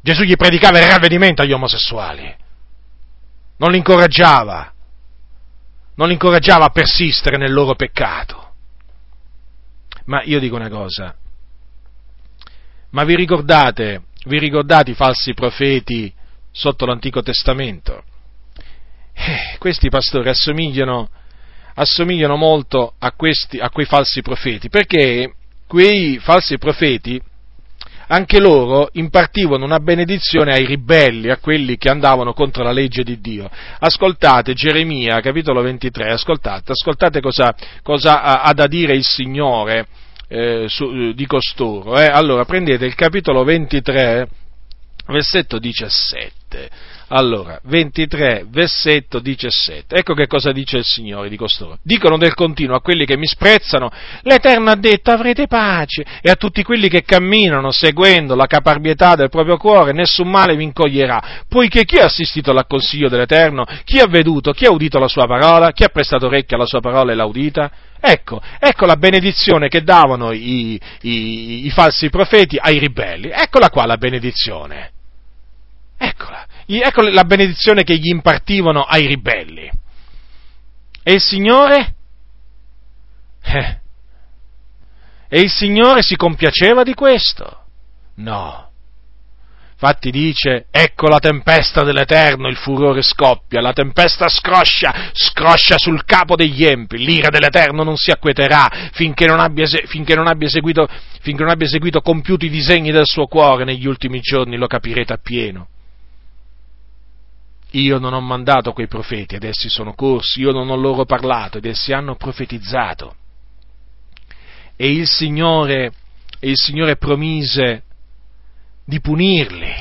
Gesù gli predicava il ravvedimento agli omosessuali, non li incoraggiava, non li incoraggiava a persistere nel loro peccato. Ma io dico una cosa, ma vi ricordate, vi ricordate i falsi profeti sotto l'Antico Testamento? Eh, questi pastori assomigliano, assomigliano molto a questi, a quei falsi profeti, perché quei falsi profeti, anche loro impartivano una benedizione ai ribelli, a quelli che andavano contro la legge di Dio. Ascoltate Geremia, capitolo ventitré, ascoltate, ascoltate cosa, cosa ha, ha da dire il Signore eh, su, di costoro. Eh. Allora, prendete il capitolo ventitré, versetto diciassette. Allora, ventitré, versetto diciassette. Ecco che cosa dice il Signore di costoro. Dicono del continuo a quelli che mi sprezzano: l'Eterno ha detto avrete pace, e a tutti quelli che camminano seguendo la caparbietà del proprio cuore nessun male vi incoglierà, poiché chi ha assistito al consiglio dell'Eterno, chi ha veduto, chi ha udito la sua parola, chi ha prestato orecchio alla sua parola e l'ha udita? Ecco, ecco la benedizione che davano i, i, i falsi profeti ai ribelli. Eccola qua la benedizione. Eccola. Ecco la benedizione che gli impartivano ai ribelli. E il Signore? Eh. E il Signore si compiaceva di questo? No. Infatti dice: ecco la tempesta dell'Eterno, il furore scoppia, la tempesta scroscia, scroscia sul capo degli empi, l'ira dell'Eterno non si acqueterà finché non abbia, finché non abbia eseguito, finché non abbia eseguito compiuti i disegni del suo cuore. Negli ultimi giorni lo capirete appieno. Io non ho mandato quei profeti ed essi sono corsi, io non ho loro parlato ed essi hanno profetizzato. E il Signore, e il Signore promise di punirli,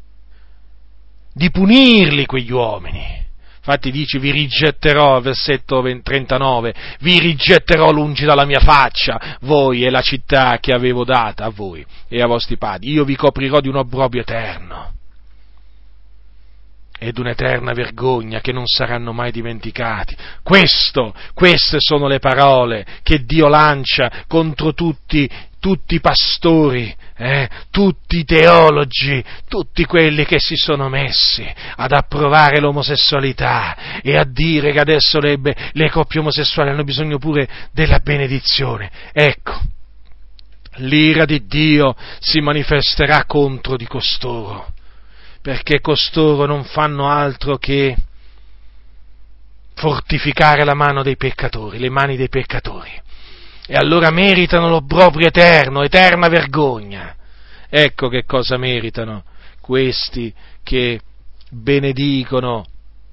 di punirli quegli uomini. Infatti dice: vi rigetterò, versetto trentanove, vi rigetterò lungi dalla mia faccia, voi e la città che avevo data a voi e ai vostri padri, io vi coprirò di un obbrobrio eterno ed un'eterna vergogna che non saranno mai dimenticati. Questo, queste sono le parole che Dio lancia contro tutti, tutti i pastori, eh, tutti i teologi, tutti quelli che si sono messi ad approvare l'omosessualità e a dire che adesso le, le coppie omosessuali hanno bisogno pure della benedizione. Ecco, l'ira di Dio si manifesterà contro di costoro, perché costoro non fanno altro che fortificare la mano dei peccatori, le mani dei peccatori, e allora meritano l'obbrobrio eterno, eterna vergogna. Ecco che cosa meritano questi che benedicono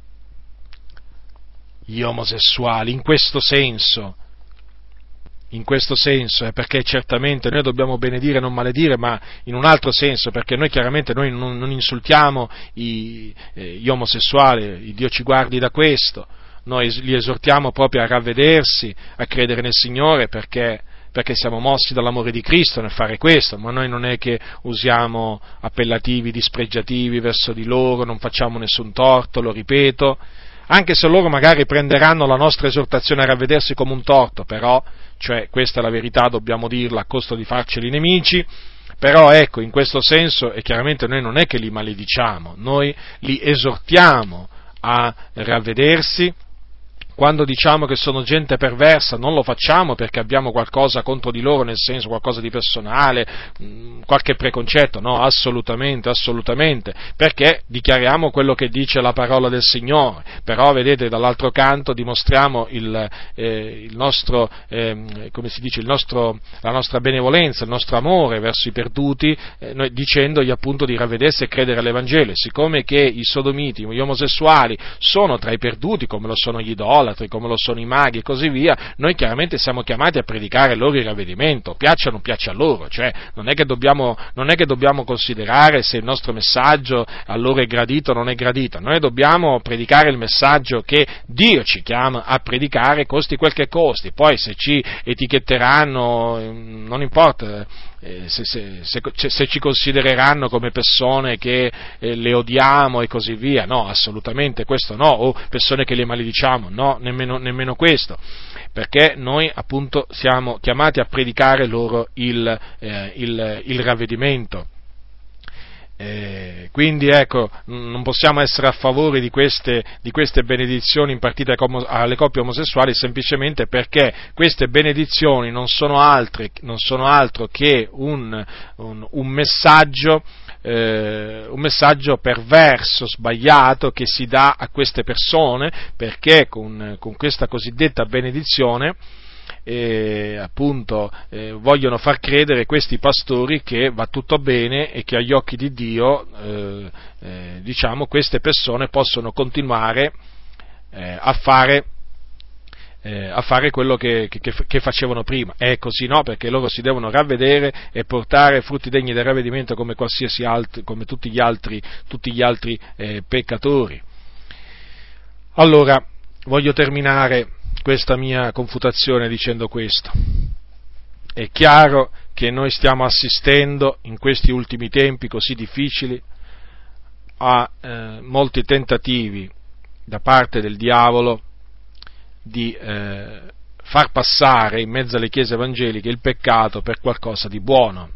gli omosessuali, in questo senso. In questo senso, eh, perché certamente noi dobbiamo benedire e non maledire, ma in un altro senso, perché noi chiaramente noi non, non insultiamo i, eh, gli omosessuali, Dio ci guardi da questo, noi li esortiamo proprio a ravvedersi, a credere nel Signore, perché, perché siamo mossi dall'amore di Cristo nel fare questo, ma noi non è che usiamo appellativi dispregiativi verso di loro, non facciamo nessun torto, lo ripeto, anche se loro magari prenderanno la nostra esortazione a ravvedersi come un torto, però, cioè, questa è la verità, dobbiamo dirla a costo di farceli nemici, però ecco, in questo senso, e chiaramente noi non è che li malediciamo, noi li esortiamo a ravvedersi. Quando diciamo che sono gente perversa, non lo facciamo perché abbiamo qualcosa contro di loro, nel senso qualcosa di personale, qualche preconcetto, no, assolutamente, assolutamente, perché dichiariamo quello che dice la parola del Signore, però vedete, dall'altro canto dimostriamo il, eh, il nostro, eh, come si dice, il nostro, la nostra benevolenza, il nostro amore verso i perduti, eh, noi, dicendogli appunto di ravvedersi e credere all'Evangelo, e siccome che i sodomiti, gli omosessuali, sono tra i perduti, come lo sono gli idolati, come lo sono i maghi e così via, noi chiaramente siamo chiamati a predicare loro il ravvedimento, piaccia o non piaccia a loro, cioè non è che dobbiamo, non è che dobbiamo considerare se il nostro messaggio a loro è gradito o non è gradito, noi dobbiamo predicare il messaggio che Dio ci chiama a predicare, costi quel che costi, poi se ci etichetteranno, non importa, Eh, se, se, se, se ci considereranno come persone che eh, le odiamo e così via, no, assolutamente questo no, o persone che le malediciamo, no, nemmeno, nemmeno questo, perché noi appunto siamo chiamati a predicare loro il, eh, il, il ravvedimento. Eh, quindi ecco, non possiamo essere a favore di queste, di queste benedizioni impartite alle coppie omosessuali semplicemente perché queste benedizioni non sono, altre, non sono altro che un, un, un messaggio eh, un messaggio perverso, sbagliato che si dà a queste persone perché con, con questa cosiddetta benedizione E appunto eh, vogliono far credere questi pastori che va tutto bene e che agli occhi di Dio eh, eh, diciamo queste persone possono continuare eh, a fare eh, a fare quello che, che, che facevano prima. È così, no? Perché loro si devono ravvedere e portare frutti degni del ravvedimento come qualsiasi altri, come tutti gli altri, tutti gli altri eh, peccatori. Allora, voglio terminare questa mia confutazione dicendo questo. È chiaro che noi stiamo assistendo in questi ultimi tempi così difficili a eh, molti tentativi da parte del diavolo di eh, far passare in mezzo alle chiese evangeliche il peccato per qualcosa di buono,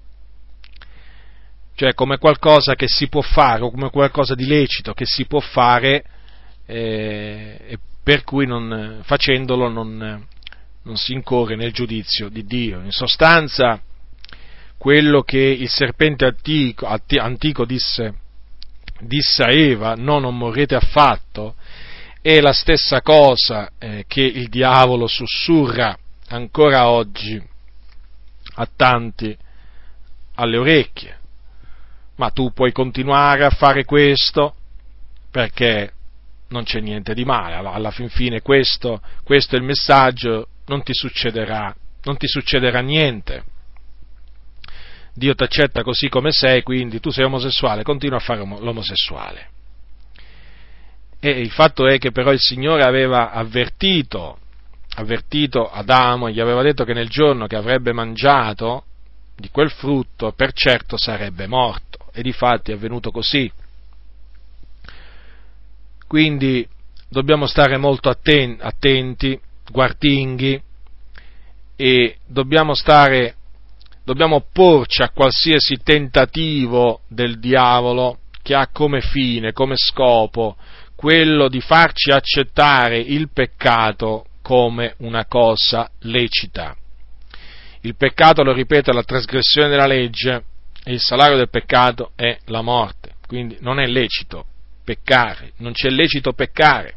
cioè come qualcosa che si può fare o come qualcosa di lecito che si può fare eh, e per cui non, facendolo non, non si incorre nel giudizio di Dio. In sostanza, quello che il serpente antico, antico disse, disse a Eva, no, non morrete affatto, è la stessa cosa eh, che il diavolo sussurra ancora oggi a tanti alle orecchie. Ma tu puoi continuare a fare questo perché non c'è niente di male, alla fin fine questo, questo è il messaggio, non ti succederà, non ti succederà niente. Dio ti accetta così come sei, quindi tu sei omosessuale, continua a fare l'omosessuale. E il fatto è che però il Signore aveva avvertito, avvertito Adamo, gli aveva detto che nel giorno che avrebbe mangiato di quel frutto, per certo sarebbe morto, e difatti è avvenuto così. Quindi dobbiamo stare molto atten- attenti, guardinghi, e dobbiamo stare, dobbiamo opporci a qualsiasi tentativo del diavolo che ha come fine, come scopo, quello di farci accettare il peccato come una cosa lecita. Il peccato, lo ripeto, è la trasgressione della legge e il salario del peccato è la morte, quindi non è lecito peccare, non c'è lecito peccare.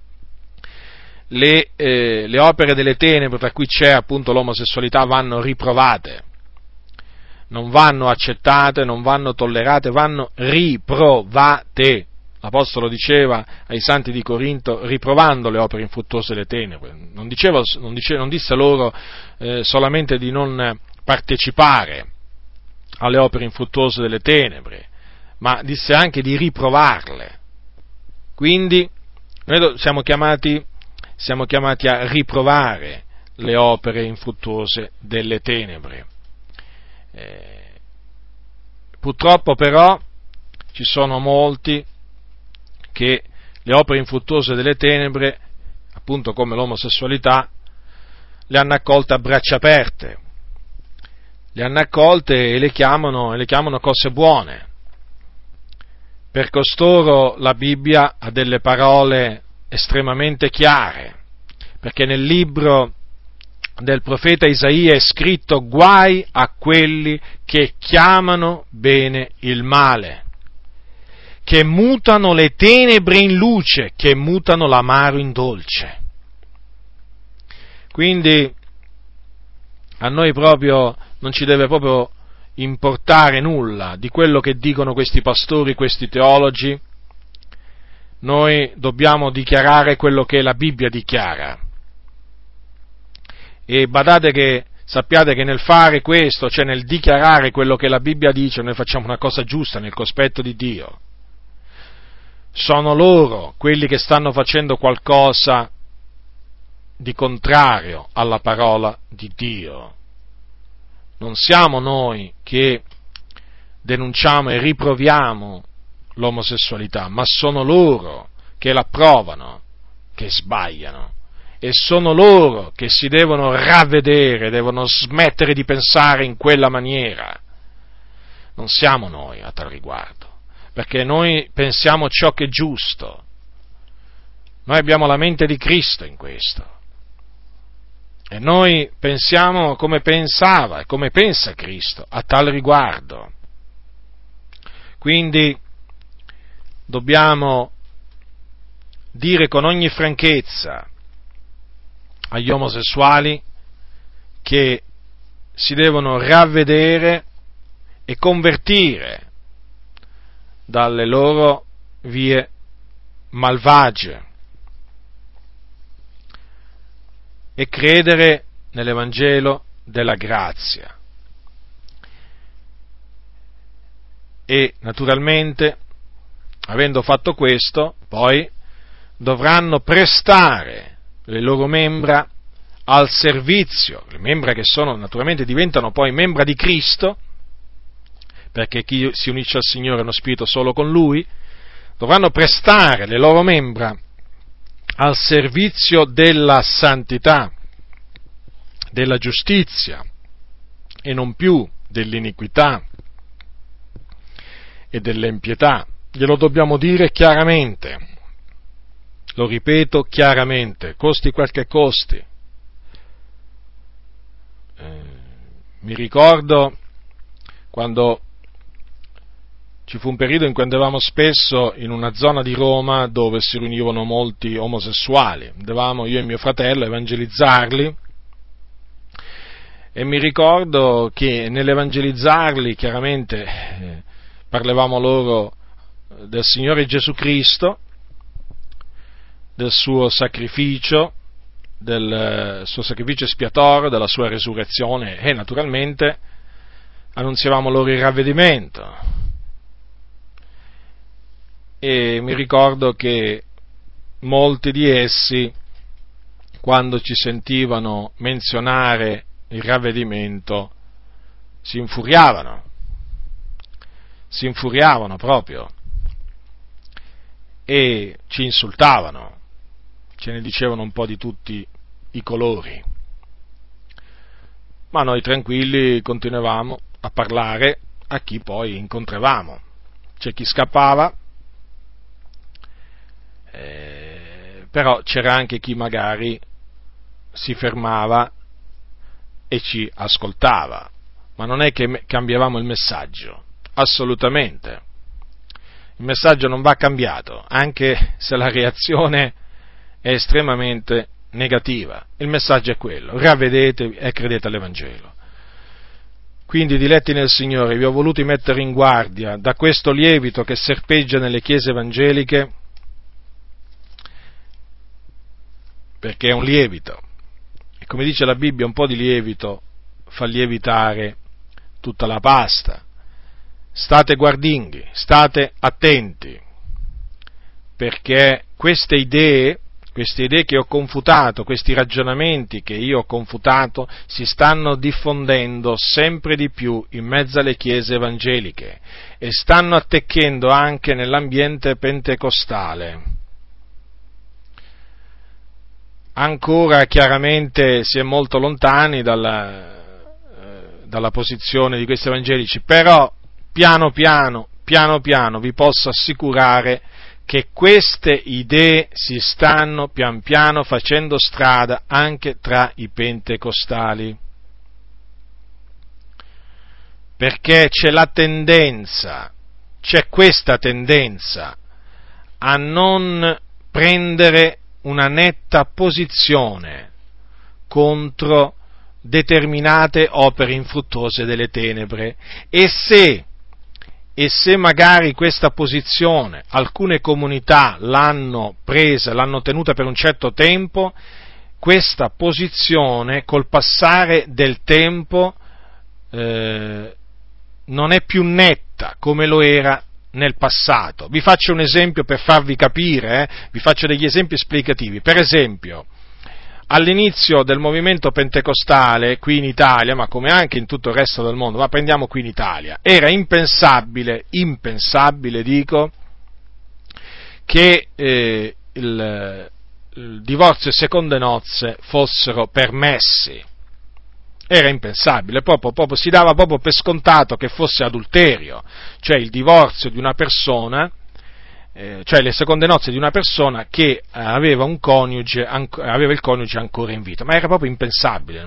Le, eh, le opere delle tenebre, tra cui c'è appunto l'omosessualità, vanno riprovate, non vanno accettate, non vanno tollerate, vanno riprovate. L'Apostolo diceva ai santi di Corinto, riprovando le opere infruttuose delle tenebre, non, diceva, non, dice, non disse loro eh, solamente di non partecipare alle opere infruttuose delle tenebre, ma disse anche di riprovarle. Quindi noi siamo chiamati, siamo chiamati a riprovare le opere infruttuose delle tenebre. Eh, purtroppo però ci sono molti che le opere infruttuose delle tenebre, appunto come l'omosessualità, le hanno accolte a braccia aperte, le hanno accolte e le chiamano, e le chiamano cose buone. Per costoro la Bibbia ha delle parole estremamente chiare, perché nel libro del profeta Isaia è scritto: guai a quelli che chiamano bene il male, che mutano le tenebre in luce, che mutano l'amaro in dolce. Quindi a noi proprio non ci deve proprio importare nulla di quello che dicono questi pastori, questi teologi. Noi dobbiamo dichiarare quello che la Bibbia dichiara. E badate che, sappiate che nel fare questo, cioè nel dichiarare quello che la Bibbia dice, noi facciamo una cosa giusta nel cospetto di Dio. Sono loro quelli che stanno facendo qualcosa di contrario alla parola di Dio. Non siamo noi che denunciamo e riproviamo l'omosessualità, ma sono loro che l'approvano, che sbagliano, e sono loro che si devono ravvedere, devono smettere di pensare in quella maniera. non siamo noi a tal riguardo, perché noi pensiamo ciò che è giusto. Noi abbiamo la mente di Cristo in questo. E noi pensiamo come pensava e come pensa Cristo a tal riguardo. Quindi dobbiamo dire con ogni franchezza agli omosessuali che si devono ravvedere e convertire dalle loro vie malvagie e credere nell'Evangelo della grazia. E naturalmente, avendo fatto questo, poi dovranno prestare le loro membra al servizio, le membra che sono, naturalmente diventano poi membra di Cristo, perché chi si unisce al Signore è uno spirito solo con Lui, dovranno prestare le loro membra al servizio della santità, della giustizia e non più dell'iniquità e dell'impietà. Glielo dobbiamo dire chiaramente, lo ripeto chiaramente, costi quel che costi. Eh, mi ricordo quando ci fu un periodo in cui andavamo spesso in una zona di Roma dove si riunivano molti omosessuali, andavamo io e mio fratello a evangelizzarli, e mi ricordo che nell'evangelizzarli chiaramente eh, parlavamo loro del Signore Gesù Cristo, del suo sacrificio, del suo sacrificio espiatorio, della sua resurrezione, e naturalmente annunziavamo loro il ravvedimento. E mi ricordo che molti di essi, quando ci sentivano menzionare il ravvedimento, si infuriavano, si infuriavano proprio e ci insultavano, ce ne dicevano un po' di tutti i colori. Ma noi tranquilli continuavamo a parlare a chi poi incontravamo. C'è chi scappava, eh, però c'era anche chi magari si fermava e ci ascoltava, ma non è che cambiavamo il messaggio, assolutamente. Il messaggio non va cambiato, anche se la reazione è estremamente negativa. Il messaggio è quello: ravvedetevi e credete all'Evangelo. Quindi, diletti nel Signore, vi ho voluti mettere in guardia da questo lievito che serpeggia nelle chiese evangeliche, perché è un lievito. E come dice la Bibbia, un po' di lievito fa lievitare tutta la pasta. State guardinghi, state attenti, perché queste idee, queste idee che ho confutato, questi ragionamenti che io ho confutato, si stanno diffondendo sempre di più in mezzo alle chiese evangeliche e stanno attecchendo anche nell'ambiente pentecostale. Ancora chiaramente si è molto lontani dalla, eh, dalla posizione di questi evangelici, però piano piano, piano piano vi posso assicurare che queste idee si stanno pian piano facendo strada anche tra i pentecostali, perché c'è la tendenza, c'è questa tendenza a non prendere una netta posizione contro determinate opere infruttuose delle tenebre, e se E se magari questa posizione alcune comunità l'hanno presa, l'hanno tenuta per un certo tempo, questa posizione col passare del tempo eh, non è più netta come lo era nel passato. Vi faccio un esempio per farvi capire, eh? vi faccio degli esempi esplicativi. Per esempio, all'inizio del movimento pentecostale qui in Italia, ma come anche in tutto il resto del mondo, ma prendiamo qui in Italia, era impensabile, impensabile dico, che eh, il, il divorzio e seconde nozze fossero permessi. Era impensabile, proprio, proprio, si dava proprio per scontato che fosse adulterio, cioè il divorzio di una persona, eh, cioè le seconde nozze di una persona che eh, aveva un coniuge, anc- aveva il coniuge ancora in vita, ma era proprio impensabile.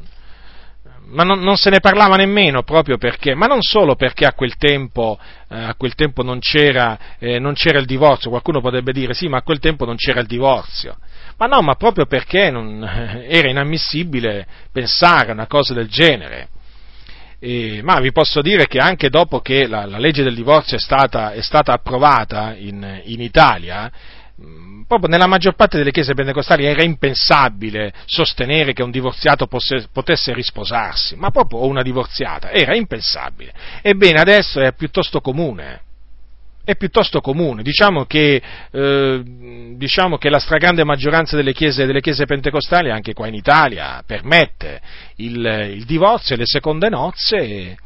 Ma non, non se ne parlava nemmeno, proprio perché, ma non solo perché a quel tempo, eh, a quel tempo non c'era, eh, non c'era il divorzio. Qualcuno potrebbe dire sì, ma a quel tempo non c'era il divorzio. Ma no, ma proprio perché non, era inammissibile pensare a una cosa del genere. E, ma vi posso dire che anche dopo che la, la legge del divorzio è stata, è stata approvata in, in Italia, proprio nella maggior parte delle chiese pentecostali era impensabile sostenere che un divorziato posse, potesse risposarsi, ma proprio una divorziata, era impensabile. Ebbene, adesso è piuttosto comune. È piuttosto comune, diciamo che, eh, diciamo che la stragrande maggioranza delle chiese, delle chiese pentecostali, anche qua in Italia, permette il, il divorzio e le seconde nozze, e,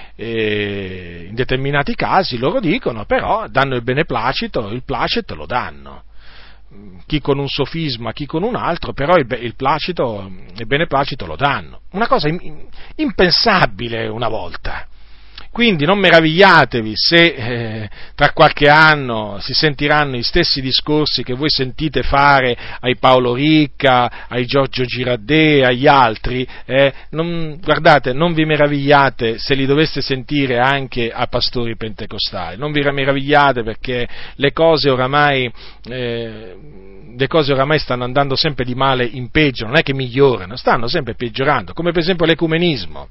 e in determinati casi loro dicono, però danno il beneplacito, il placet lo danno. Chi con un sofisma, chi con un altro, però il, il placito, il beneplacito lo danno. Una cosa impensabile una volta. Quindi non meravigliatevi se eh, tra qualche anno si sentiranno gli stessi discorsi che voi sentite fare ai Paolo Ricca, ai Giorgio Girardet, agli altri. Eh, non, guardate, non vi meravigliate se li doveste sentire anche a pastori pentecostali. Non vi meravigliate perché le cose oramai... Eh, le cose oramai stanno andando sempre di male in peggio, non è che migliorano, stanno sempre peggiorando, come per esempio l'ecumenismo.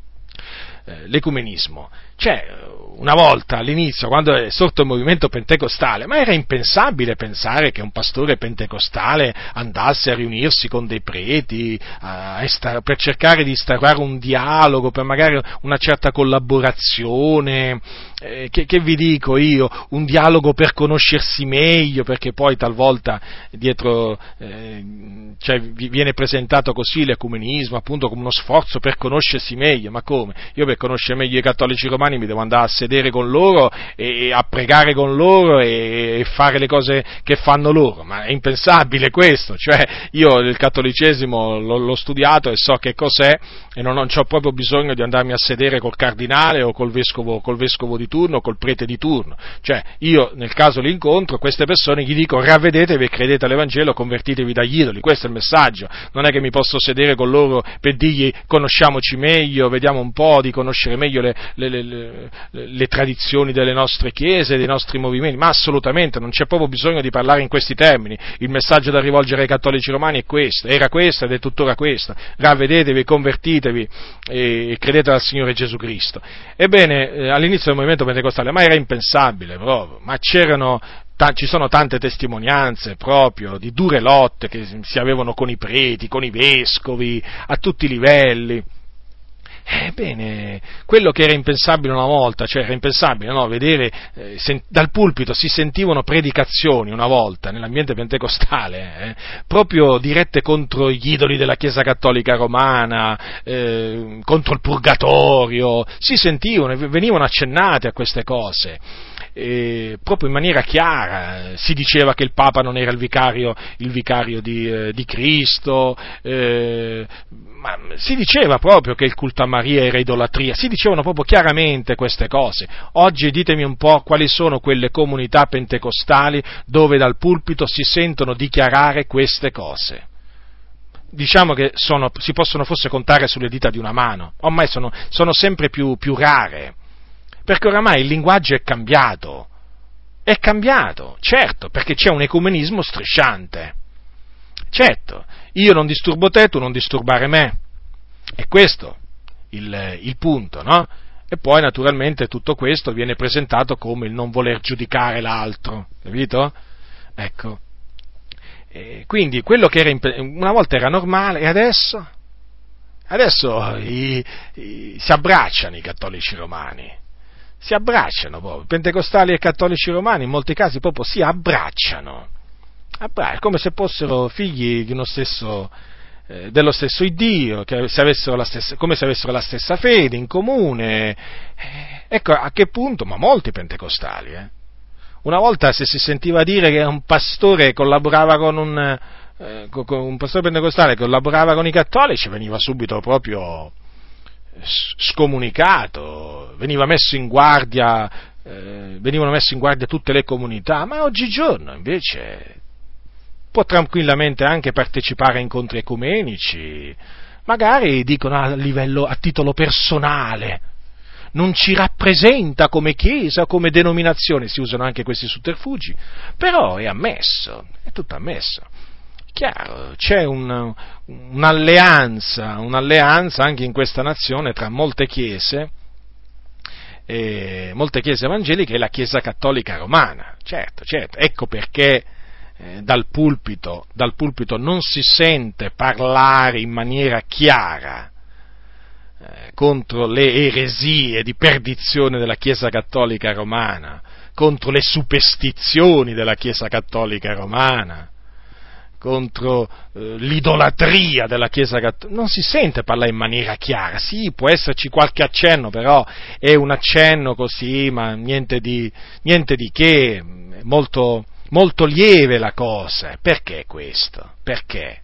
L'ecumenismo, cioè una volta all'inizio, quando è sorto il movimento pentecostale, ma era impensabile pensare che un pastore pentecostale andasse a riunirsi con dei preti a, a, per cercare di instaurare un dialogo, per magari una certa collaborazione, eh, che, che vi dico io, un dialogo per conoscersi meglio, perché poi talvolta dietro eh, cioè, viene presentato così l'ecumenismo appunto come uno sforzo per conoscersi meglio, ma come? Io per conoscere meglio i cattolici romani mi devo andare a sedere con loro e a pregare con loro e fare le cose che fanno loro, ma è impensabile questo, cioè io il cattolicesimo l'ho, l'ho studiato e so che cos'è e non, non ho proprio bisogno di andarmi a sedere col cardinale o col vescovo, col vescovo di turno o col prete di turno, cioè io nel caso li incontro queste persone gli dico ravvedetevi e credete all'Evangelo, convertitevi dagli idoli, questo è il messaggio, non è che mi posso sedere con loro per dirgli conosciamoci meglio, vediamo un po' di conoscere meglio le, le, le, le, le tradizioni delle nostre chiese, dei nostri movimenti, ma assolutamente non c'è proprio bisogno di parlare in questi termini. Il messaggio da rivolgere ai cattolici romani è questo, era questo ed è tuttora questo: ravvedetevi, convertitevi e credete al Signore Gesù Cristo. Ebbene, eh, all'inizio del movimento pentecostale, ma era impensabile proprio, ma c'erano ci sono tante testimonianze proprio di dure lotte che si avevano con i preti, con i vescovi, a tutti i livelli. Ebbene, quello che era impensabile una volta, cioè era impensabile, no, vedere, eh, sen- dal pulpito si sentivano predicazioni una volta nell'ambiente pentecostale, eh, proprio dirette contro gli idoli della Chiesa Cattolica Romana, eh, contro il purgatorio, si sentivano, venivano accennate a queste cose. E proprio in maniera chiara si diceva che il Papa non era il vicario, il vicario di, eh, di Cristo, eh, ma si diceva proprio che il culto a Maria era idolatria, si dicevano proprio chiaramente queste cose. Oggi ditemi un po' quali sono quelle comunità pentecostali dove dal pulpito si sentono dichiarare queste cose. Diciamo che sono, si possono forse contare sulle dita di una mano, ormai sono, sono sempre più, più rare. Perché oramai il linguaggio è cambiato, è cambiato, certo, perché c'è un ecumenismo strisciante. Certo, io non disturbo te, tu non disturbare me. È questo il, il punto, no? E poi naturalmente tutto questo viene presentato come il non voler giudicare l'altro, capito? Ecco. E quindi quello che era una volta era normale e adesso? Adesso i, i, si abbracciano i cattolici romani. Si abbracciano proprio, pentecostali e cattolici romani in molti casi proprio si abbracciano, Abbra- come se fossero figli di uno stesso, eh, dello stesso Iddio, che se avessero la stessa, come se avessero la stessa fede in comune. Eh, ecco a che punto, ma molti pentecostali, eh. Una volta se si sentiva dire che un pastore collaborava con un, eh, un pastore pentecostale che collaborava con i cattolici veniva subito proprio scomunicato, veniva messo in guardia, eh, venivano messe in guardia tutte le comunità, ma oggigiorno invece può tranquillamente anche partecipare a incontri ecumenici, magari dicono a livello, a titolo personale, non ci rappresenta come chiesa, come denominazione, si usano anche questi sotterfugi, però è ammesso, è tutto ammesso. Chiaro, c'è un, un'alleanza, un'alleanza anche in questa nazione tra molte chiese, eh, molte chiese evangeliche e la Chiesa Cattolica Romana, certo, certo, ecco perché eh, dal pulpito, dal pulpito non si sente parlare in maniera chiara eh, contro le eresie di perdizione della Chiesa Cattolica Romana, contro le superstizioni della Chiesa Cattolica Romana, contro eh, l'idolatria della Chiesa Cattolica, non si sente parlare in maniera chiara, sì, può esserci qualche accenno, però è un accenno così, ma niente di, niente di che, molto, molto lieve la cosa. Perché questo? Perché?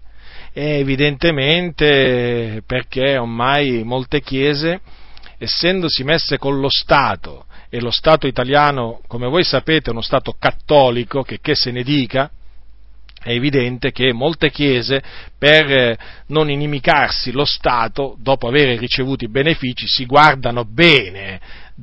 Evidentemente perché ormai molte chiese, essendosi messe con lo Stato, e lo Stato italiano, come voi sapete, è uno Stato cattolico, che che se ne dica, è evidente che molte chiese, per non inimicarsi lo Stato, dopo aver ricevuto i benefici, si guardano bene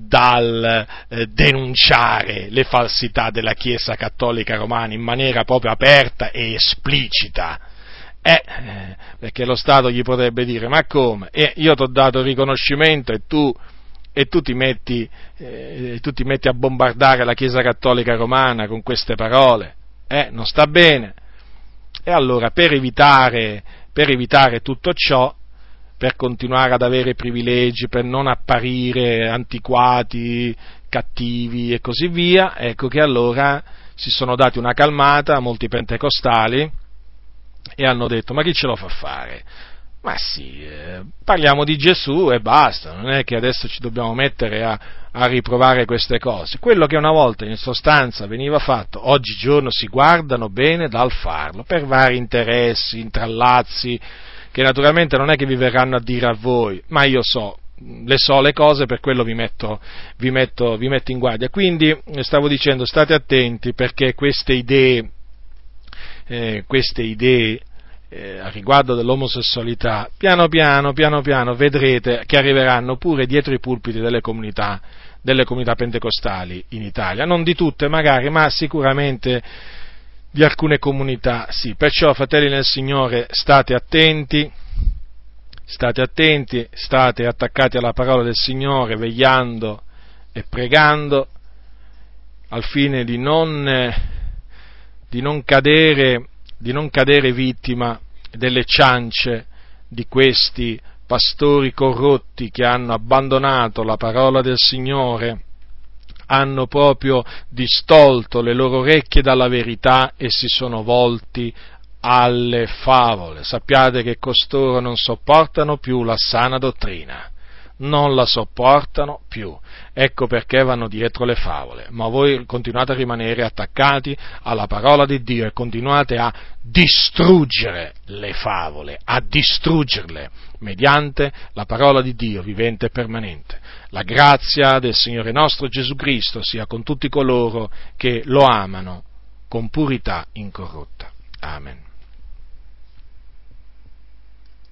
dal eh, denunciare le falsità della Chiesa Cattolica Romana in maniera proprio aperta e esplicita. Eh, perché lo Stato gli potrebbe dire: ma come? Eh, io ti ho dato il riconoscimento e tu, e tu ti metti, eh, tu ti metti a bombardare la Chiesa Cattolica Romana con queste parole? Eh, non sta bene. E allora, per evitare, per evitare tutto ciò, per continuare ad avere privilegi, per non apparire antiquati, cattivi e così via, ecco che allora si sono dati una calmata a molti pentecostali e hanno detto: ma chi ce lo fa fare? Ma sì, eh, parliamo di Gesù e basta, non è che adesso ci dobbiamo mettere a, a riprovare queste cose. Quello che una volta in sostanza veniva fatto, oggigiorno si guardano bene dal farlo, per vari interessi, intrallazzi, che naturalmente non è che vi verranno a dire a voi, ma io so, le so le cose, per quello vi metto, vi metto, vi metto in guardia. Quindi, stavo dicendo, state attenti, perché queste idee, eh, queste idee, Eh, a riguardo dell'omosessualità, piano piano, piano piano vedrete che arriveranno pure dietro i pulpiti delle comunità, delle comunità pentecostali in Italia, non di tutte magari, ma sicuramente di alcune comunità, sì. Perciò, fratelli nel Signore, state attenti, state attenti, state attaccati alla parola del Signore, vegliando e pregando, al fine di non, di non cadere di non cadere vittima delle ciance di questi pastori corrotti che hanno abbandonato la parola del Signore, hanno proprio distolto le loro orecchie dalla verità e si sono volti alle favole. Sappiate che costoro non sopportano più la sana dottrina, non la sopportano più, ecco perché vanno dietro le favole, ma voi continuate a rimanere attaccati alla parola di Dio e continuate a distruggere le favole, a distruggerle mediante la parola di Dio vivente e permanente. La grazia del Signore nostro Gesù Cristo sia con tutti coloro che lo amano con purità incorrotta. Amen.